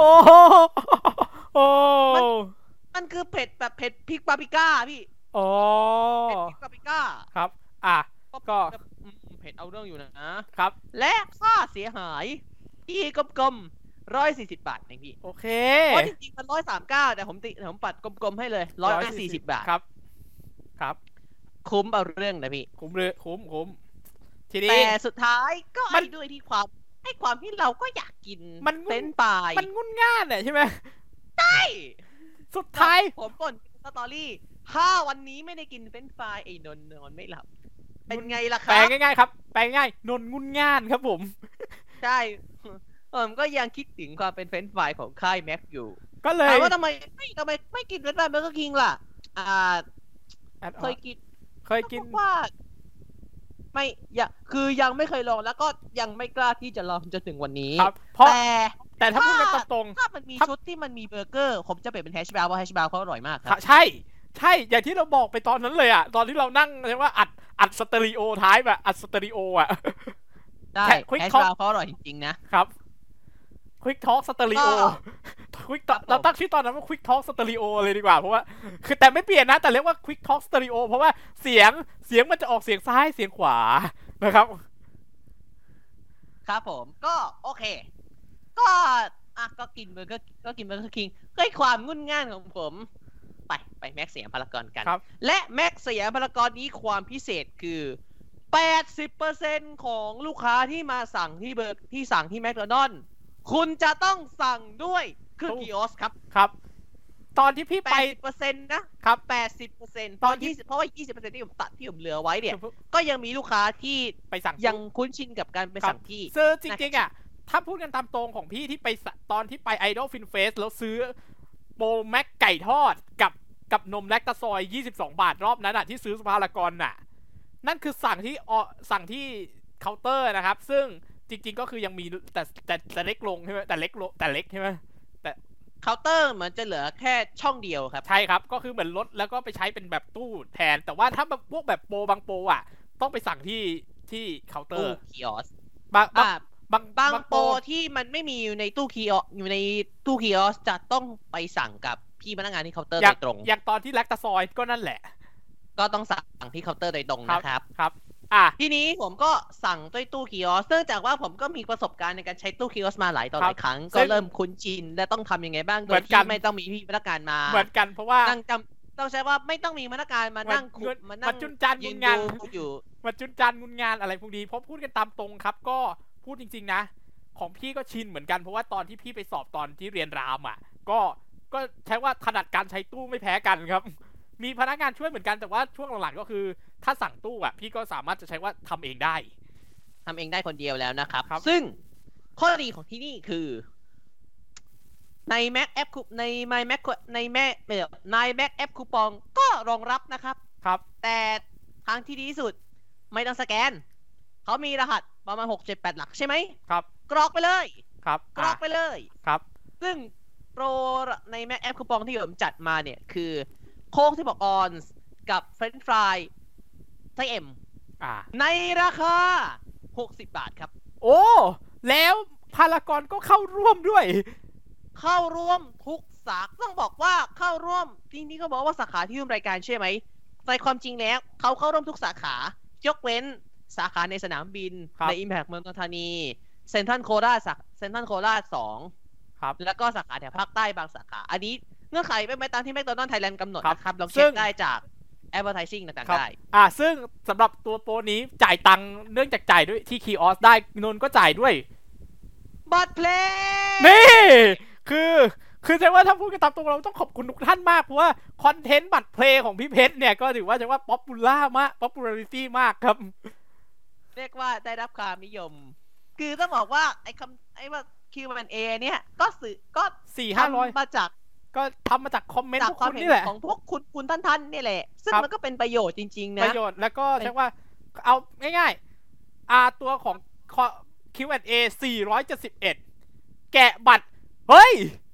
มันคือเผ็ดแบบเผ็ดพริกปาปริก้าพี่เผ็ดพริกปาปริก้าครับก็เผ็ดเอาเรื่องอยู่นะครับและค่าเสียหายที่กลม140 บาทเองพี่โอเคเพราะจริงๆมัน139แต่ผมปัดกลมๆให้เลย140 บาทครับคุ้มเอาเรื่องนะพี่คุ้มเลยคุ้มทีนี้แต่สุดท้ายก็ด้วยที่ความที่เราก็อยากกินเฟรนช์ฟรายมันงุ่นง่านใช่ไหมใช่สุดท้ายผมบ่นสตอรี่ถ้าวันนี้ไม่ได้กินเฟรนช์ฟรายไอ้นอนไม่หลับเป็นไงล่ะครับแปลง่ายๆครับแปลง่ายนนงุ่นง่านครับผมใช่ผมก็ยังคิดถึงความเป็นเฟรนช์ฟรายของค่ายแม็กอยู่ก็เลยถามว่าทำไมไม่กินเฟรนช์ฟรายเบอร์เกอร์คิงล่ะเคยกินว่าไม่คือยังไม่เคยลองแล้วก็ยังไม่กล้าที่จะลองจนถึงวันนี้แต่ถ้าพูดกันตรงถ้ามันมีชุดที่มันมีเบอร์เกอร์ผมจะเปลี่ยนเป็นแฮชบราวน์เพราะแฮชบราวน์เขาอร่อยมากครับใช่อย่างที่เราบอกไปตอนนั้นเลยอ่ะตอนที่เรานั่งเรียกว่าอัดสเตอริโอท้ายแบบอัดสเตอริโออ่ะได้แฮชบราวน์เขาอร่อยจริงๆนะครับควิกทอล์กสเตอริโอเราตั้งชื่อตอนนั้นว่าควิกทอล์กสเตอริโอเลยดีกว่าเพราะว่าคือแต่ไม่เปลี่ยนนะแต่เรียกว่าควิกทอล์กสเตอริโอเพราะว่าเสียงมันจะออกเสียงซ้ายเสียงขวานะครับครับผมก็โอเคก็กินเบอร์เกอร์คิงด้วยความงุ่นง่านของผมไปแม็กสยามพารากอนกันและแม็กสยามพารากอนนี้ความพิเศษคือ 80% ของลูกค้าที่มาสั่งที่สั่งที่แมคโดนัลด์คุณจะต้องสั่งด้วยเครื่องคิออสครับตอนที่พี่ไป 80% นะครับ 80% ตอน20เพราะว่า 20% ที่ผมตัดที่ผมเหลือไว้เนี่ยก็ยังมีลูกค้าที่ไปสั่งยังคุ้นชินกับการไปสั่งที่ซื้อจริงๆอ่ะถ้าพูดกันตามตรงของพี่ที่ไปตอนที่ไป Idol Fin Fest แล้วซื้อโปรแม็กไก่ทอดกับนมแลคตาซอย22 บาทรอบนั้นอ่ะที่ซื้อสภารากรน่ะนั่นคือสั่งที่เคาน์เตอร์นะครับซึ่งจริงๆก็คือยังมีแต่เล็กลงใช่ไหมแต่เล็กใช่ไหมแต่เคาน์เตอร์เหมือนจะเหลือแค่ช่องเดียวครับใช่ครับก็คือเหมือนลดแล้วก็ไปใช้เป็นแบบตู้แทนแต่ว่าถ้าพวกแบบโปรบางโปรอ่ะต้องไปสั่งที่เคาน์เตอร์คิออสบางโปรที่มันไม่มีอยู่ในตู้คิออสจะต้องไปสั่งกับพี่พนักงานที่เคาน์เตอร์โดยตรงอย่างตอนที่แลคตาซอยก็นั่นแหละก็ต้องสั่งที่เคาน์เตอร์โดยตรงนะครับทีนี้ผมก็สั่งด้วยตู้คิออสเนื่องจากว่าผมก็มีประสบการณ์ในการใช้ตู้คิออสมาหลายครั้งก็เริ่มคุ้นชินและต้องทำยังไงบ้างโดยที่ไม่ต้องมีพี่พนักงานมาเหมือนกันเพราะว่าต้องใช้ว่าไม่ต้องมีพนักงานมานั่งคุยมาจุนจานงุนงานอยู่มาจุนจานงุนงานอะไรพวกนี้เพราะพูดกันตามตรงครับก็พูดจริงๆนะของพี่ก็ชินเหมือนกันเพราะว่าตอนที่พี่ไปสอบตอนที่เรียนรามอ่ะก็ใช้ว่าถนัดการใช้ตู้ไม่แพ้กันครับมีพนักงานช่วยเหมือนกันแต่ว่าช่วงหลังๆก็คือถ้าสั่งตู้อ่ะพี่ก็สามารถจะใช้ว่าทำเองได้คนเดียวแล้วนะครับซึ่งข้อดีของที่นี่คือใน Mac App ใน Mac แอปคูปองก็รองรับนะครับแต่ทางที่ดีที่สุดไม่ต้องสแกนเขามีรหัสประมาณ 6-7-8 หลักใช่ไหมครับกรอกไปเลยกรอกไปเลยครับซึ่งโปรใน Mac App คูปองที่ผมจัดมาเนี่ยคือโค้กที่บอกออนกับเฟรนช์ฟรายไซส์ M ในราคา60 บาทครับโอ้แล้วพารากอนก็เข้าร่วมด้วยเข้าร่วมทุกสาขาต้องบอกว่าเข้าร่วมจริงๆเขาบอกว่าสาขาที่ร่วมรายการใช่ไหมในความจริงแล้วเขาเข้าร่วมทุกสาขายกเว้นสาขาในสนามบินใน Impact เมืองทองธานีเซ็นทรัลโคราช2 ครับแล้วก็สาขาแถวภาคใต้บางสาขาอันนี้เงื่อนไขไม่ไปตามที่แมคโดนัลด์ไทยแลนด์กำหนดนะครับลองเช็คได้จาก advertising ต่างๆได้ซึ่งสำหรับตัวโปรนี้จ่ายตังค์เนื่องจากจ่ายด้วยที่คีออสได้นนก็จ่ายด้วยบัตรเพลย์นี่คือใช่ว่าถ้าพูดกันตามตรงเราต้องขอบคุณทุกท่านมากเพราะว่าคอนเทนต์บัตรเพลย์ของพี่เพชรเนี่ยก็ถือว่าจะว่าป๊อปปูล่ามาก popularity มากครับเรียกว่าได้รับความนิยมคือต้องบอกว่าไอ้ว่า Q&A เนี่ยก็400-500มาจากก็ทำมาจากคอมเมนต์พวกคุณนี่แหละของพวกคุณท่านนี่แหละซึ่งมันก็เป็นประโยชน์จริงๆนะประโยชน์แล้วก็ใช่ว่าเอาง่ายๆตัวของ Q&A 471แกะบัตรเฮ้ย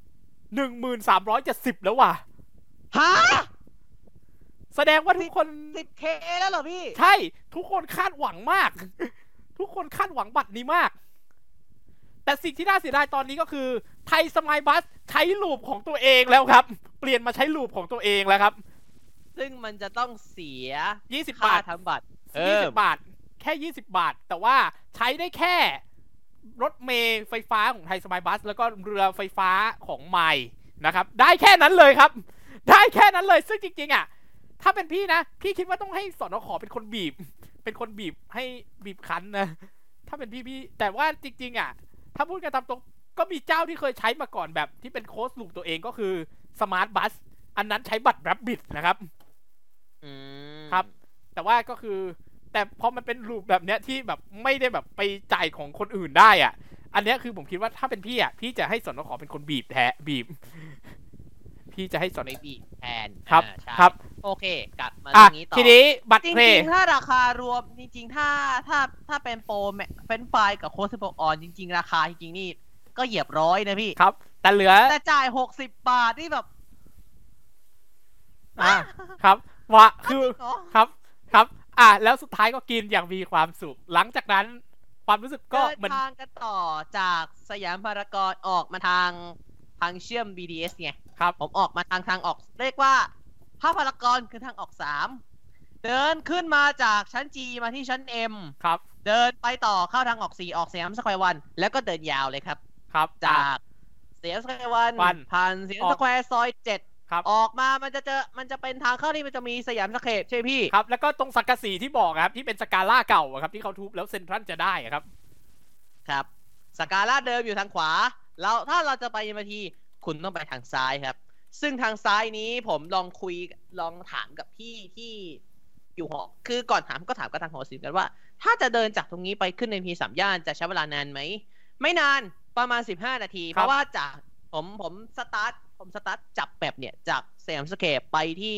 1370 แล้วว่ะฮะแสดงว่าทุกคน 10K แล้วเหรอพี่ใช่ทุกคนคาดหวังมากทุกคนคาดหวังบัตรนี้มากแต่สิ่งที่น่าเสียดายตอนนี้ก็คือไทยสมายบัสใช้ลูปของตัวเองแล้วครับเปลี่ยนมาใช้ลูปของตัวเองแล้วครับซึ่งมันจะต้องเสีย 20 บาททำบัตร 20 บาทแค่20 บาทแต่ว่าใช้ได้แค่รถเมล์ไฟฟ้าของไทยสมายบัสแล้วก็เรือไฟฟ้าของไมล์นะครับได้แค่นั้นเลยครับได้แค่นั้นเลยซึ่งจริงๆถ้าเป็นพี่นะพี่คิดว่าต้องให้สนข.เป็นคนบีบให้บีบคั้นนะถ้าเป็นพี่แต่ว่าจริงๆถ้าพูดกันตามตรงก็มีเจ้าที่เคยใช้มาก่อนแบบที่เป็นโค้ดลูกตัวเองก็คือสมาร์ทบัสอันนั้นใช้บัตรแรบบิทนะครับครับแต่ว่าก็คือแต่พอมันเป็นลูปแบบเนี้ยที่แบบไม่ได้แบบไปจ่ายของคนอื่นได้อันนี้คือผมคิดว่าถ้าเป็นพี่จะให้สนข.เป็นคนบีบพี่จะให้สนบีบแทนครับโอเคกลับมาตรงนี้ต่อทีนี้บัตรเพลย์จริงๆถ้าราคารวมจริงๆถ้าเป็นโปรเฟนไฟกับโค้ด16ออนจริงๆราคาจริงๆนี่ก็เหยียบ100นะพี่ครับแต่เหลือแต่จ่าย60 บาทนี่แบบครับว่าคือครับแล้วสุดท้ายก็กินอย่างมีความสุขหลังจากนั้นความรู้สึกก็เดินทางกันต่อจากสยามพารากอนออกมาทางเชื่อม BTS ไงครับผมออกมาทางออกเรียกว่าถ้าพารากอนคือทางออก3เดินขึ้นมาจากชั้น G มาที่ชั้น M ครับเดินไปต่อเข้าทางออก4ออกสยามสแควร์วันแล้วก็เดินยาวเลยครับจากสยามสแควร์วันผ่านสยามสแควร์ซอย7ออกมามันจะเป็นทางเข้าที่มันจะมีสยามสเคปใช่พี่ครับแล้วก็ตรงสังกะสีที่บอกครับที่เป็นสกาล่าเก่าครับที่เขาทุบแล้วเซ็นทรัลจะได้ครับสกาล่าเดิมอยู่ทางขวาแล้วถ้าเราจะไปMRTคุณต้องไปทางซ้ายครับซึ่งทางซ้ายนี้ผมลองถามกับพี่ที่อยู่หอคือก่อนถามก็ถามกับทางหอศิลป์กันว่าถ้าจะเดินจากตรงนี้ไปขึ้นMRT 3 ย่านจะใช้เวลานานไหมไม่นานประมาณ15 นาทีเพราะว่าจากผมสตาร์ทจับแบบเนี่ยจากสยามสแควร์ไปที่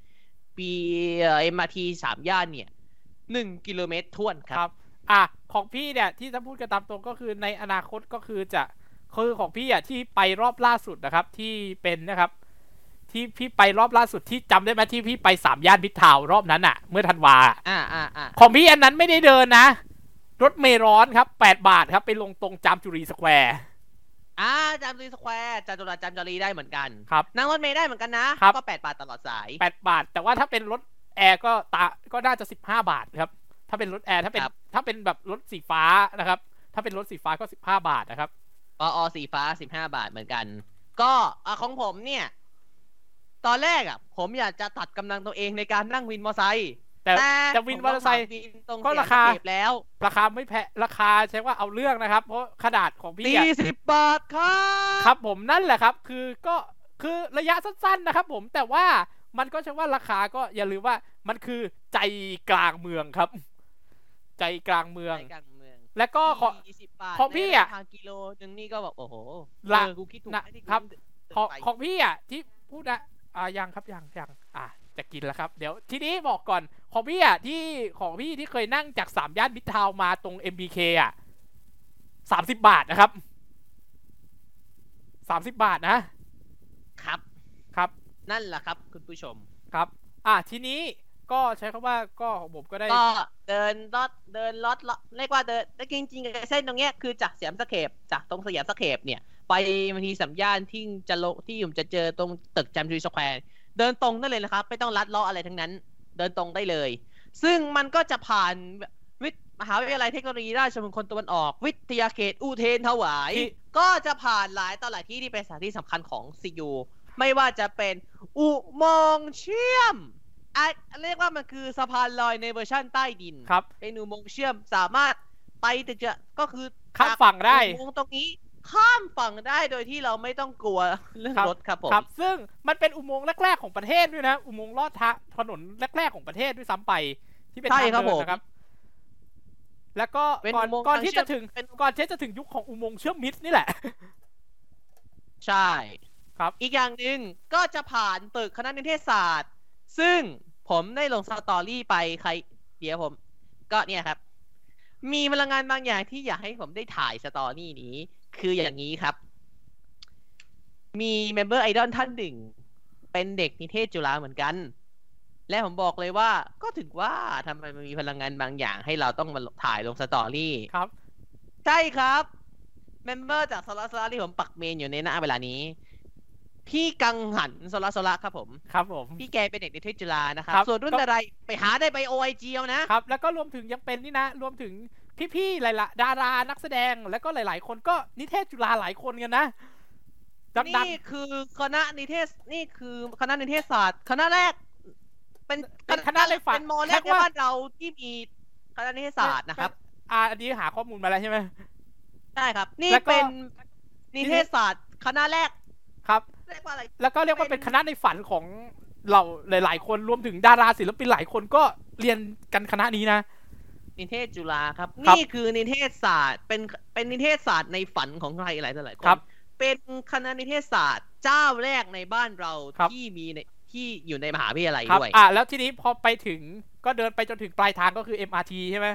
MRT 3 ย่านเนี่ย1 กิโลเมตรท้วนครับของพี่เนี่ยที่จะพูดกันตามตรงก็คือในอนาคตก็คือของพี่ที่ไปรอบล่าสุดนะครับที่เป็นนะครับที่พี่ไปรอบล่าสุดที่จำได้ไหมที่พี่ไป3 ย่านมิตรทาวน์รอบนั้นเมื่อธันวาของพี่อันนั้นไม่ได้เดินนะรถเมล์ร้อนครับ8 บาทครับไปลงตรงจามจุรีสแควร์จามจุรีสแควร์จามจุรีได้เหมือนกันครับนั่งรถเมล์ได้เหมือนกันนะก็8 บาทตลอดสาย 8 บาทแต่ว่าถ้าเป็นรถแอร์ก็น่าจะ15 บาทครับถ้าเป็นรถแอร์ถ้าเป็นแบบรถสีฟ้านะครับถ้าเป็นรถสีฟ้าก็15 บาทนะครับสีฟ้า15 บาทเหมือนกันก็ของผมเนี่ยตอนแรกผมอยากจะตัดกำลังตัวเองในการนั่งวินมอเตอร์ไซค์แต่วินมอเตอร์ไซค์ก็ราคาแล้วราคาไม่แพงราคาใช้ว่าเอาเรื่องนะครับเพราะขนาดของพี่ 40 บาทครับผมนั่นแหละครับคือระยะสั้นๆนะครับผมแต่ว่ามันก็ใช่ว่าราคาก็อย่าลืมว่ามันคือใจกลางเมืองครับใจกลางเมืองแล้วก็ของพี่ทางกิโลนึงนี่ก็แบบโอ้โหกูคิดถูกนะครับของพี่ที่พูดยังครับยังจะกินแล้วครับเดี๋ยวทีนี้บอกก่อนของพี่ที่เคยนั่งจาก3 ย่านมิตรทาวน์มาตรง MBK 30 บาทนะครับ30 บาทนะครับนั่นแหละครับคุณผู้ชมครับทีนี้ก็ใช้คำว่าก็ของผมก็ได้ก็เดินรถเรียกว่าเดินแต่จริงๆเส้นตรงเนี้ยคือจากสยามสแควร์จากตรงสยามสแควร์เนี่ยไปMRT 3 ย่านที่ผมจะเจอตรงตึกจามจุรีสแควร์เดินตรงได้เลยนะครับไม่ต้องลัดเลาะอะไรทั้งนั้นเดินตรงได้เลยซึ่งมันก็จะผ่านมหาวิทยาลัยเทคโนโลยีราชมงคลตะวันออกวิทยาเขตอุเทนถวาย ก็จะผ่านหลายต่อหลายที่ที่เป็นสถานที่สำคัญของซียูไม่ว่าจะเป็นอุโมงค์เชื่อมเรียกว่ามันคือสะพานลอยในเวอร์ชั่นใต้ดินครับเป็นอุโมงค์เชื่อมสามารถไปถึงจะก็คือข้ามฝั่งได้อุโมงค์ตรงนี้ข้ามฝั่งได้โดยที่เราไม่ต้องกลัวเรื่องรถครับผมครับซึ่งมันเป็นอุโมงค์แรกๆของประเทศด้วยนะอุโมงค์ลอดถนนแรกๆของประเทศด้วยซ้ำไปที่เป็นทางเดินนะครับแล้วก็ก่อนที่จะถึงยุคของอุโมงค์เชื่อมมิตรนี่แหละใช่ครับอีกอย่างหนึ่งก็จะผ่านตึกคณะนิเทศศาสตร์ซึ่งผมได้ลงสตอรี่ไปเดี๋ยวผมก็เนี่ยครับมีพลังงานบางอย่างที่อยากให้ผมได้ถ่ายสตอรี่นี้คืออย่างนี้ครับมีเมมเบอร์ไอดอลท่านหนึ่งเป็นเด็กนิเทศจุฬาเหมือนกันและผมบอกเลยว่าก็ถึงว่าทำไมมันมีพลังงานบางอย่างให้เราต้องมาถ่ายลงสตอรี่ครับใช่ครับเมมเบอร์จากโซลาที่ผมปักเมนอยู่ในหน้าเวลานี้พี่กังหันโซลาครับผมพี่แกเป็นเด็กนิเทศจุฬานะครับส่วนรุ่นอะไรไปหาได้ไป OIG เอานะครับแล้วก็รวมถึงยังเป็นนี่นะรวมถึงพี่ๆหลายๆดารานักแสดงแล้วก็หลายๆคนก็นิเทศจุฬาหลายคนกันนะนี่คือคณะนิเทศนี่คือคณะนิเทศศาสตร์คณะแรกเป็นคณะในฝันเป็นมอแรกในบ้านเราที่มีคณะนิเทศศาสตร์นะครับอันนี้หาข้อมูลมาแล้วใช่ไหมใช่ครับนี่เป็นนิเทศศาสตร์คณะแรกครับแล้วก็เรียกว่าเป็นคณะในฝันของเราหลายๆคนรวมถึงดาราศิลปินหลายคนก็เรียนกันคณะนี้นะนิเทศจุฬาครับนี่คือนิเทศศาสตร์เป็นนิเทศศาสตร์ในฝันของใครหลายคนเป็นคณะนิเทศศาสตร์เจ้าแรกในบ้านเราที่มีที่อยู่ในมหาวิทยาลัยด้วยแล้วทีนี้พอไปถึงก็เดินไปจนถึงปลายทางก็คือ MRT ใช่ไหม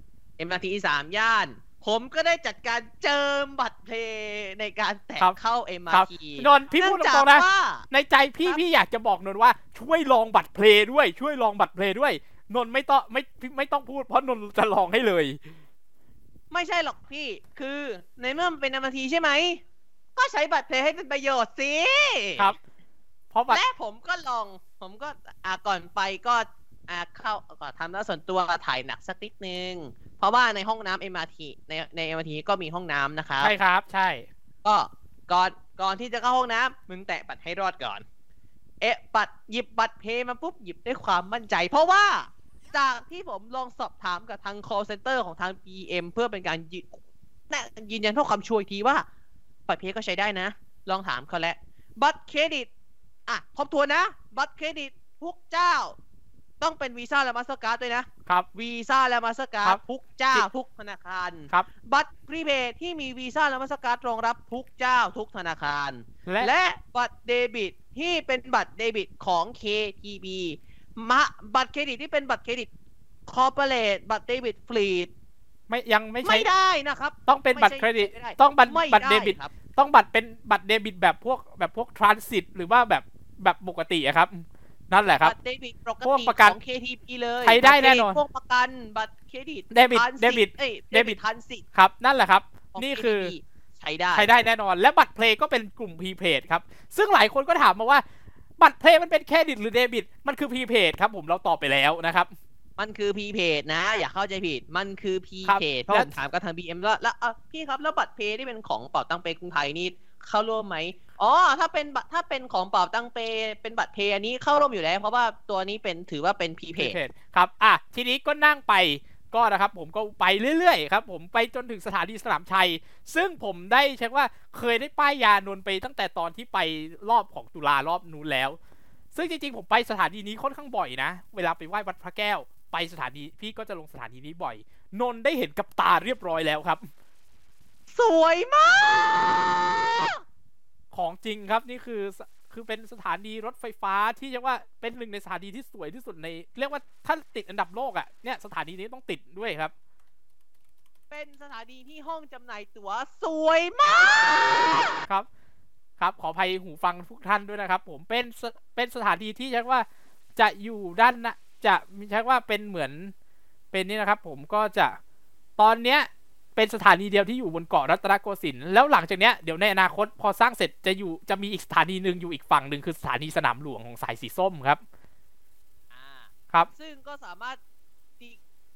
MRT 3 ย่านผมก็ได้จัดการเจิมบัตรเพลย์ในการแตะเข้า MRT นนพี่พูดตรงๆนะในใจพี่อยากจะบอกนนว่าช่วยลองบัตรเพลย์ด้วยช่วยลองบัตรเพลย์ด้วยนนไม่ต้องพูดเพราะนนจะลองให้เลยไม่ใช่หรอกพี่คือในเมื่อมันเป็น MRT ใช่ไหมก็ใช้บัตรเพลย์ให้เป็นประโยชน์สิครับเพราะและผมก็ก่อนไปก็เข้าก็ทำหน้าส่วนตัวถ่ายหนักสักนิดนึงเพราะว่าในห้องน้ำ MRT ใน MRT ก็มีห้องน้ำนะครับใช่ครับใช่ก็ก่อนที่จะเข้าห้องน้ำมึงแตะบัตรให้รอดก่อนหยิบบัตรเพย์มาปุ๊บหยิบด้วยความมั่นใจเพราะว่าจากที่ผมลองสอบถามกับทาง call center ของทาง PM เพื่อเป็นการยืนยันเพื่อความชัวร์อีกทีว่าบัตรเพย์ก็ใช้ได้นะลองถามเขาแล้วบัตรเครดิตทบทวนนะบัตรเครดิตทุกเจ้าต้องเป็นวีซ่าและมาสเตอร์การ์ดด้วยนะครับวีซ่าและมาสเตอร์การ์ดทุกเจ้าทุกธนาคารครับบัตรพรีเพย์ที่มีวีซ่าและมาสเตอร์การ์ดรองรับทุกเจ้าทุกธนาคารและบัตรเดบิตที่เป็นบัตรเดบิตของ KTB บัตรเครดิตที่เป็นบัตรเครดิตคอร์ปอเรทบัตรเดบิตฟลีดยังไม่ได้นะครับต้องเป็นบัตรเครดิตต้องบัตรเดบิตต้องเป็นบัตรเดบิตแบบพวกทรานสิตหรือว่าแบบปกติอะครับนั่นแหละครับบัตรเดบิตปกติของ KTB เลยใช้ได้แน่นอนพวกประกันบัตรเครดิตเดบิตทันสิทธิ์ครับนั่นแหละครับนี่คือใช้ได้แน่นอนและบัตรเพลย์ก็เป็นกลุ่มพรีเพดครับซึ่งหลายคนก็ถามมาว่าบัตรเพลย์มันเป็นเครดิตหรือเดบิตมันคือพรีเพดครับผมเราตอบไปแล้วนะครับมันคือพรีเพดนะอย่าเข้าใจผิดมันคือพรีเพดเพราะผมถามกับทาง BM แล้วพี่ครับแล้วบัตรเพย์ที่เป็นของเป๋าตังเปกรุงไทยนี่เข้าร่วมไหมถ้าเป็นของเป๋าตังเปเป็นบัตรเพย์อันนี้เข้าร่วมอยู่แล้วเพราะว่าตัวนี้ถือว่าเป็นพรีเพดครับทีนี้ก็นั่งไปก็นะครับผมก็ไปเรื่อยๆครับผมไปจนถึงสถานีสนามชัยซึ่งผมได้เช็คว่าเคยได้ป้ายยานนไปตั้งแต่ตอนที่ไปรอบของตุลารอบนู้นแล้วซึ่งจริงๆผมไปสถานีนี้ค่อนข้างบ่อยนะเวลาไปไหว้วัดพระแก้วไปสถานีพี่ก็จะลงสถานีนี้บ่อยนนได้เห็นกับตาเรียบร้อยแล้วครับสวยมากของจริงครับนี่คือเป็นสถานีรถไฟฟ้าที่เรียกว่าเป็นหนึ่งในสถานีที่สวยที่สุดในเรียกว่าถ้าติดอันดับโลกเนี่ยสถานีนี้ต้องติดด้วยครับเป็นสถานีที่ห้องจำหน่ายตั๋วสวยมากครับขออภัยหูฟังทุกท่านด้วยนะครับผมเป็นสถานีที่เรียกว่าจะอยู่ด้านจะใช้ว่าเป็นเหมือนเป็นนี่นะครับผมก็จะตอนเนี้ยเป็นสถานีเดียวที่อยู่บนเกาะรัตนโกสินทร์แล้วหลังจากเนี้ยเดี๋ยวในอนาคตพอสร้างเสร็จจะมีอีกสถานีนึงอยู่อีกฝั่งหนึ่งคือสถานีสนามหลวงของสายสีส้มครับครับซึ่งก็สามารถ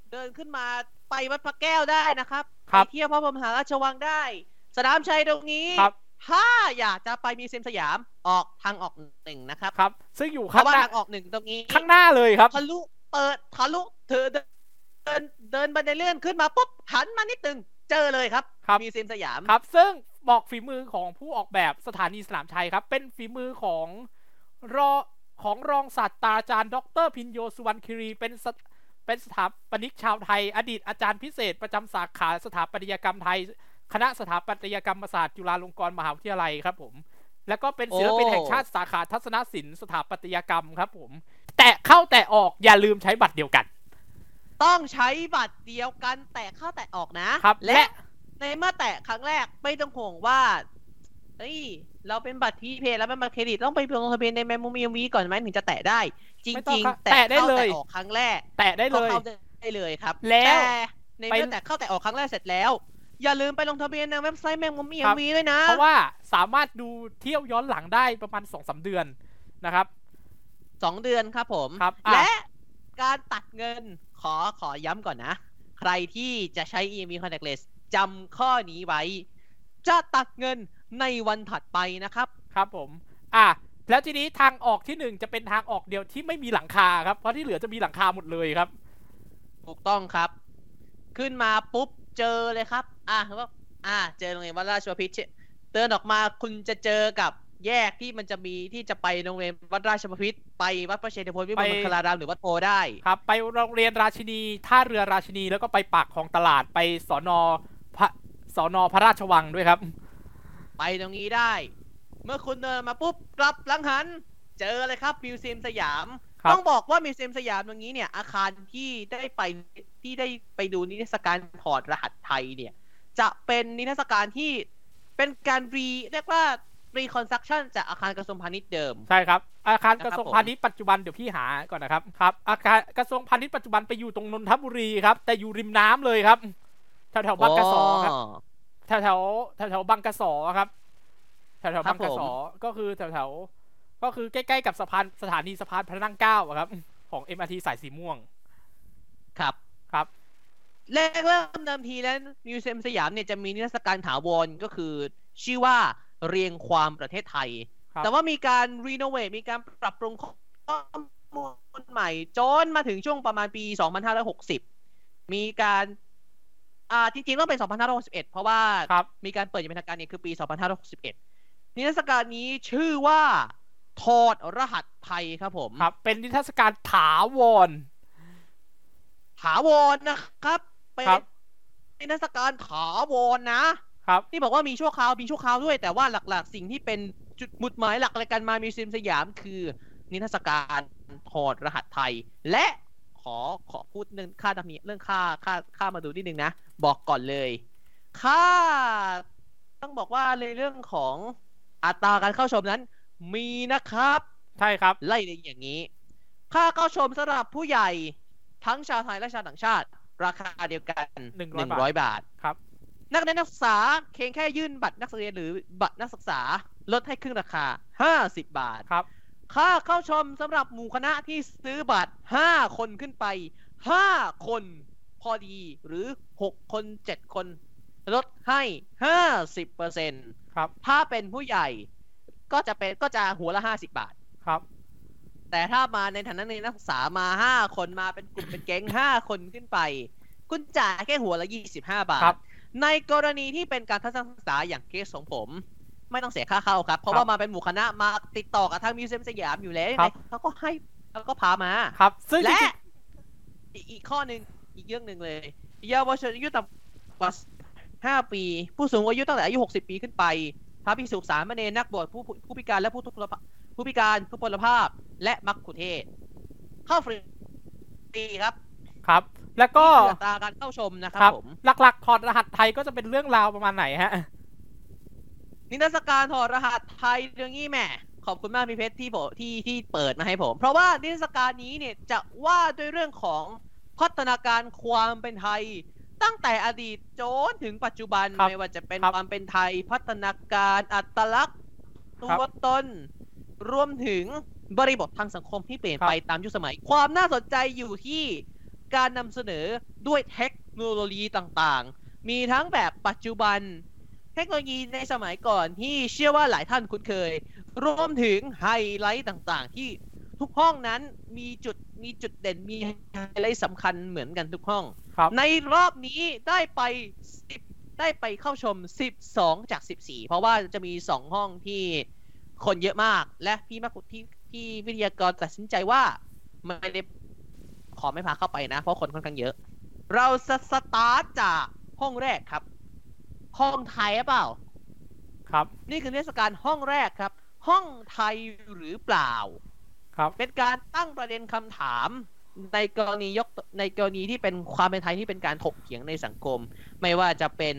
เดินขึ้นมาไปวัดพระแก้วได้นะครับครัไปบเที่ยวพระบรมมหาราชวังได้ สนามชัยตรงนี้ครับถ้าอยากจะไปมิวเซียมสยามออกทางออกหนึ่งนะครับครับ ซึ่งอยู่เพข้างราะว่าหน้าทางออกหนึ่งตรงนี้ข้างหน้าเลยครับทะลุเปิดทะลุเธอเดินบันไดเลื่อนขึ้นมาปุ๊บหันมานิดนึงเจอเลยครับครับมิวเซียมสยามครับ ซึ่งบอกฝีมือของผู้ออกแบบสถานีสนามชัยครับ เป็นฝีมือของรองศาสตราจารย์ดรพินโยสุวรรณคิรีเป็นสถาปนิกชาวไทย อดีตอาจารย์พิเศษประจำสาขาสถาปัตยกรรมไทย คณะสถาปัตยกรรมศาสตร์จุฬาลงกรณ์มหาวิทยาลัยครับผม แล้วก็เป็นศิลปินแห่งชาติสาขาทัศนศิลป์สถาปัตยกรรมครับผม แตะเข้าแตะออกอย่าลืมใช้บัตรเดียวกันต้องใช้บัตรเดียวกันแตะเข้าแตะออกนะครับและในเมื่อแตะครั้งแรกไม่ต้องห่วงว่าเฮ้ยเราเป็นบัตรพีเพแล้วเป็นบัตรเครดิตต้องไปลงทะเบียนในแมมโมมีวีก่อนไหมถึงจะแตะได้ จไม่ต้องริงครับๆ แตะแตะได้เข้าเลยแตะออกครั้งแรกแตะได้เลยเข้าได้เลยครับแล้วแต่ในไปเมื่อแตะเข้าแตะออกครั้งแรกเสร็จแล้ว อย่าลืมไปลงทะเบียนในเว็บไซต์แมมโมมีครับวีด้วยนะเพราะว่าสามารถดูเที่ยวย้อนหลังได้ประมาณ 2-3 เดือนนะครับ 2 เดือนครับผมครับและการตัดเงินขอย้ำก่อนนะ ใครที่จะใช้ EMV Contactless จำข้อนี้ไว้ จะตัดเงินในวันถัดไปนะครับครับผม แล้วทีนี้ทางออกที่ 1 จะเป็นทางออกเดียวที่ไม่มีหลังคาครับ เพราะที่เหลือจะมีหลังคาหมดเลยครับถูกต้องครับ ขึ้นมาปุ๊บเจอเลยครับเจอโรงเรียนวัดราชบพิตรเดินออกมาคุณจะเจอกับแยกที่มันจะมีที่จะไปโรงเรียนวัดราชบพิตรไปวัดพระเชตุพนวิมลมังคลารามหรือวัดโพได้ครับ ไปโรงเรียนราชินีท่าเรือราชินีแล้วก็ไปปากคลองตลาดไปสนพระราชวังด้วยครับไปตรงนี้ได้ เมื่อคุณเดินมาปุ๊บกลับหลังหัน เจอเลยครับมิวเซียมสยามครับต้องบอกว่ามิวเซียมสยามตรงนี้เนี่ยอาคารที่ได้ไปดูนิทรรศการถอดรหัสไทยเนี่ยจะเป็นนิทรรศการที่เป็นการเรียกว่าreconstruction จากอาคารกระทรวงพาณิชย์เดิมใช่ครับ อาคารกระทรวงนะครับผมพาณิชย์ปัจจุบันเดี๋ยวพี่หาก่อนนะครับครับ อาคารกระทรวงพาณิชย์ปัจจุบันไปอยู่ตรงนนทบุรีครับ แต่อยู่ริมน้ำเลยครับแถวบางกะสอครับ แถวบางกะสอครับแถวบางกะสอก็คือก็คือใกล้ๆกับสถานีสะพานพระนั่งเกล้าครับของ MRT สายสีม่วงครับครับแรกเริ่มเดิมทีแล้วมิวเซียมสยามเนี่ยจะมีนิทรรศการถาวรก็คือชื่อว่าเรียงความประเทศไทยครับแต่ว่ามีการรีโนเวทมีการปรับปรุงข้อมูลใหม่จนมาถึงช่วงประมาณปี 2560 มีการจริงๆต้องเป็น 2561 เพราะว่าครับมีการเปิดอย่างเป็นทางการเนี่ยคือปี 2561 นิทรรศการนี้ชื่อว่าถอดรหัสไทยครับผมครับ เป็นนิทรรศการถาวรถาวรนะครับเป็นครับนิทรรศการถาวรนะครับ ที่บอกว่ามีชั่วคราวด้วยแต่ว่าหลักๆ สิ่งที่เป็นจุดหมุดหมายหลักในการมามิวเซียมสยามคือนิทรรศการถอดรหัสไทย และขอพูดเรื่องค่าธรรมเนียมเรื่องค่ามาดูนิดนึงนะบอกก่อนเลยค่าต้องบอกว่าในเรื่องของอัตราการเข้าชมนั้นมีนะครับใช่ครับไล่เรียงอย่างนี้ ค่าเข้าชมสำหรับผู้ใหญ่ทั้งชาวไทยและชาวต่างชาติ ราคาเดียวกัน 100 บาทครับนักเรียนนักศึกษาเพียงแค่ยื่นบัตรนักเรียนหรือบัตรนักศึกษาลดให้ครึ่งราคา 50 บาทครับค่าเข้าชมสำหรับหมู่คณะที่ซื้อบัตร 5 คนขึ้นไป 5 คนพอดีหรือ 6 คน 7 คนลดให้ 50% ครับถ้าเป็นผู้ใหญ่ก็จะหัวละ 50 บาทครับแต่ถ้ามาในฐานะนักศึกษามา 5 คนมาเป็นกลุ่มเป็นแก๊ง 5 คนขึ้นไป คุณจ่ายแค่หัวละ 25 บาทครับในกรณีที่เป็นการทัศนศึกษาอย่างเคสของผม ไม่ต้องเสียค่าเข้าครับ เพราะว่ามาเป็นหมู่คณะมาติดต่อกับทางมิวเซียมสยามอยู่แล้วครับเขาก็ให้แล้วก็พามาครับ ซึ่งจและริงอีกข้อหนึ่งอีกเรื่องหนึ่งเลยเยาวชนอายุต่ำกว่า 5 ปี ผู้สูงอายุตั้งแต่อายุ 60 ปีขึ้นไปพระภิกษุสามเณรนักบวชผู้พิการและผู้พิการทุพพลภาพ และมัคคุเทศก์เข้าฟรีครับๆครับ แล้วก็นี่คืออัตราการเข้าชมนะครับผมหลักๆถอดรหัสไทยก็จะเป็นเรื่องราวประมาณไหนฮะนิทรรศการถอดรหัสไทยเรื่องนี้แหม่ขอบคุณมากพี่เพชรที่เปิดมาให้ผม เพราะว่านิทรรศการนี้เนี่ยจะว่าด้วยเรื่องของพัฒนาการความเป็นไทย ตั้งแต่อดีตจนถึงปัจจุบันครับไม่ว่าจะเป็นครับความเป็นไทย พัฒนาการอัตลักษณ์ตัวตนรวมถึงบริบททางสังคมที่เปลี่ยนไปตามยุคสมัย ความน่าสนใจอยู่ที่การนำเสนอด้วยเทคโนโลยีต่างๆมีทั้งแบบปัจจุบันเทคโนโลยีในสมัยก่อนที่เชื่อว่าหลายท่านคุ้นเคยรวมถึงไฮไลท์ต่างๆที่ทุกห้องนั้นมีจุดเด่นมีไฮไลท์สำคัญเหมือนกันทุกห้องในรอบนี้ได้ไปเข้าชม12จาก14เพราะว่าจะมี2ห้องที่คนเยอะมากและพี่วิทยากรตัดสินใจว่าไม่ได้ขอไม่พาเข้าไปนะเพราะคนค่อนข้างเยอะเราสตาร์ทจากห้องแรกครับห้องไทยหรือเปล่าครับนี่คือเทศกาลห้องแรกครับห้องไทยหรือเปล่าครับเป็นการตั้งประเด็นคำถามในกรณีที่เป็นความเป็นไทยที่เป็นการถกเถียงในสังคมไม่ว่าจะเป็น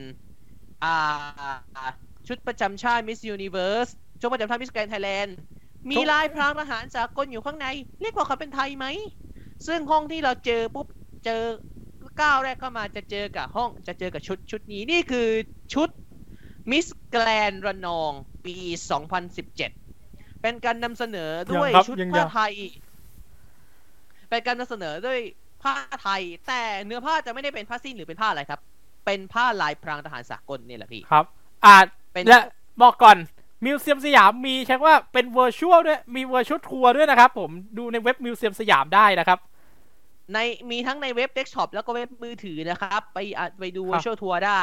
ชุดประจำชาติ Miss Universe ชุดประจำชาติ Miss Grand Thailand มีลายพรางทหารสากลอยู่ข้างในเรียกว่าเขาเป็นไทยไหมซึ่งห้องที่เราเจอปุ๊บเจอก้าวแรกเข้ามาจะเจอกับชุดนี้นี่คือชุด Miss Grand ระนองปี 2017 เป็นการนำเสนอด้วยชุดผ้าไทยเป็นการนำเสนอด้วยผ้าไทยแต่เนื้อผ้าจะไม่ได้เป็นผ้าสิ้นหรือเป็นผ้าอะไรครับเป็นผ้าลายพรางทหารสากลนี่แหละพี่ครับและบอกก่อนมิวเซียมสยามมีใช่ว่าเป็นเวอร์ชวลด้วยมีเวอร์ชวลทัวร์ด้วยนะครับผมดูในเว็บมิวเซียมสยามได้นะครับมีทั้งในเว็บเดสก์ท็อปแล้วก็เว็บมือถือนะครับไปดู Virtual Tour ได้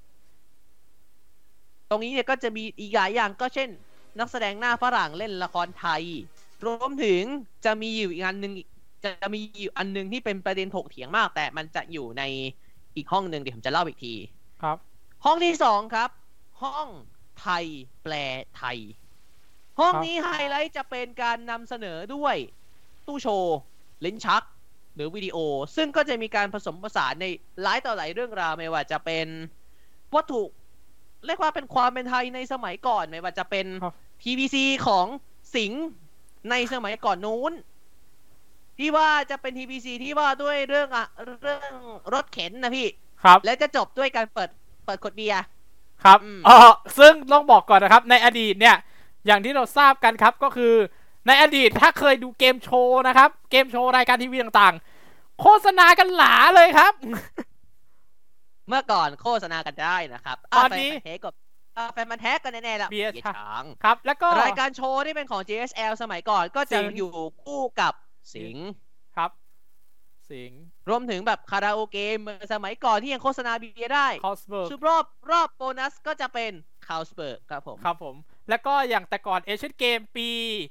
ตรงนี้เนี่ยก็จะมีอีกหลายอย่างก็เช่นนักแสดงหน้าฝรั่งเล่นละครไทยรวมถึงจะมีอยู่อีกอันนึงที่เป็นประเด็นถกเถียงมากแต่มันจะอยู่ในอีกห้องนึงเดี๋ยวผมจะเล่าอีกทีครับห้องที่2ครับห้องไทยแปลไทยห้องนี้ไฮไลท์จะเป็นการนำเสนอด้วยตู้โชว์ลิ้นชักหรือวิดีโอซึ่งก็จะมีการผสมผสานในหลายต่อหลายเรื่องราวไม่ว่าจะเป็นวัตถุเรียกว่าเป็นความเป็นไทยในสมัยก่อนไม่ว่าจะเป็น PVC ของสิงห์ในสมัยก่อนนู้นที่ว่าจะเป็น PVC ที่ว่าด้วยเรื่องรถเข็นนะพี่ครับและจะจบด้วยการเปิดขวดเบียร์ครับซึ่งต้องบอกก่อนนะครับในอดีตเนี่ยอย่างที่เราทราบกันครับก็คือในอดีตถ้าเคยดูเกมโชว์นะครับเกมโชว์รายการทีวีต่างๆโฆษณากันหลาเลยครับเมื่อก่อนโฆษณากันได้นะครับตอนนี้แฟนมันแท้กันแน่ๆแล้วเบียร์ช้างครับแล้วก็รายการโชว์ที่เป็นของ JSL สมัยก่อนก็จะอยู่คู่กับสิงห์ครับสิงห์รวมถึงแบบคาราโอเกะสมัยก่อนที่ยังโฆษณาเบียร์ได้ชุดรอบโบนัสก็จะเป็นคาลสเบิร์กครับผมแล้วก็อย่างแต่ก่อนเอเชียนเกมปี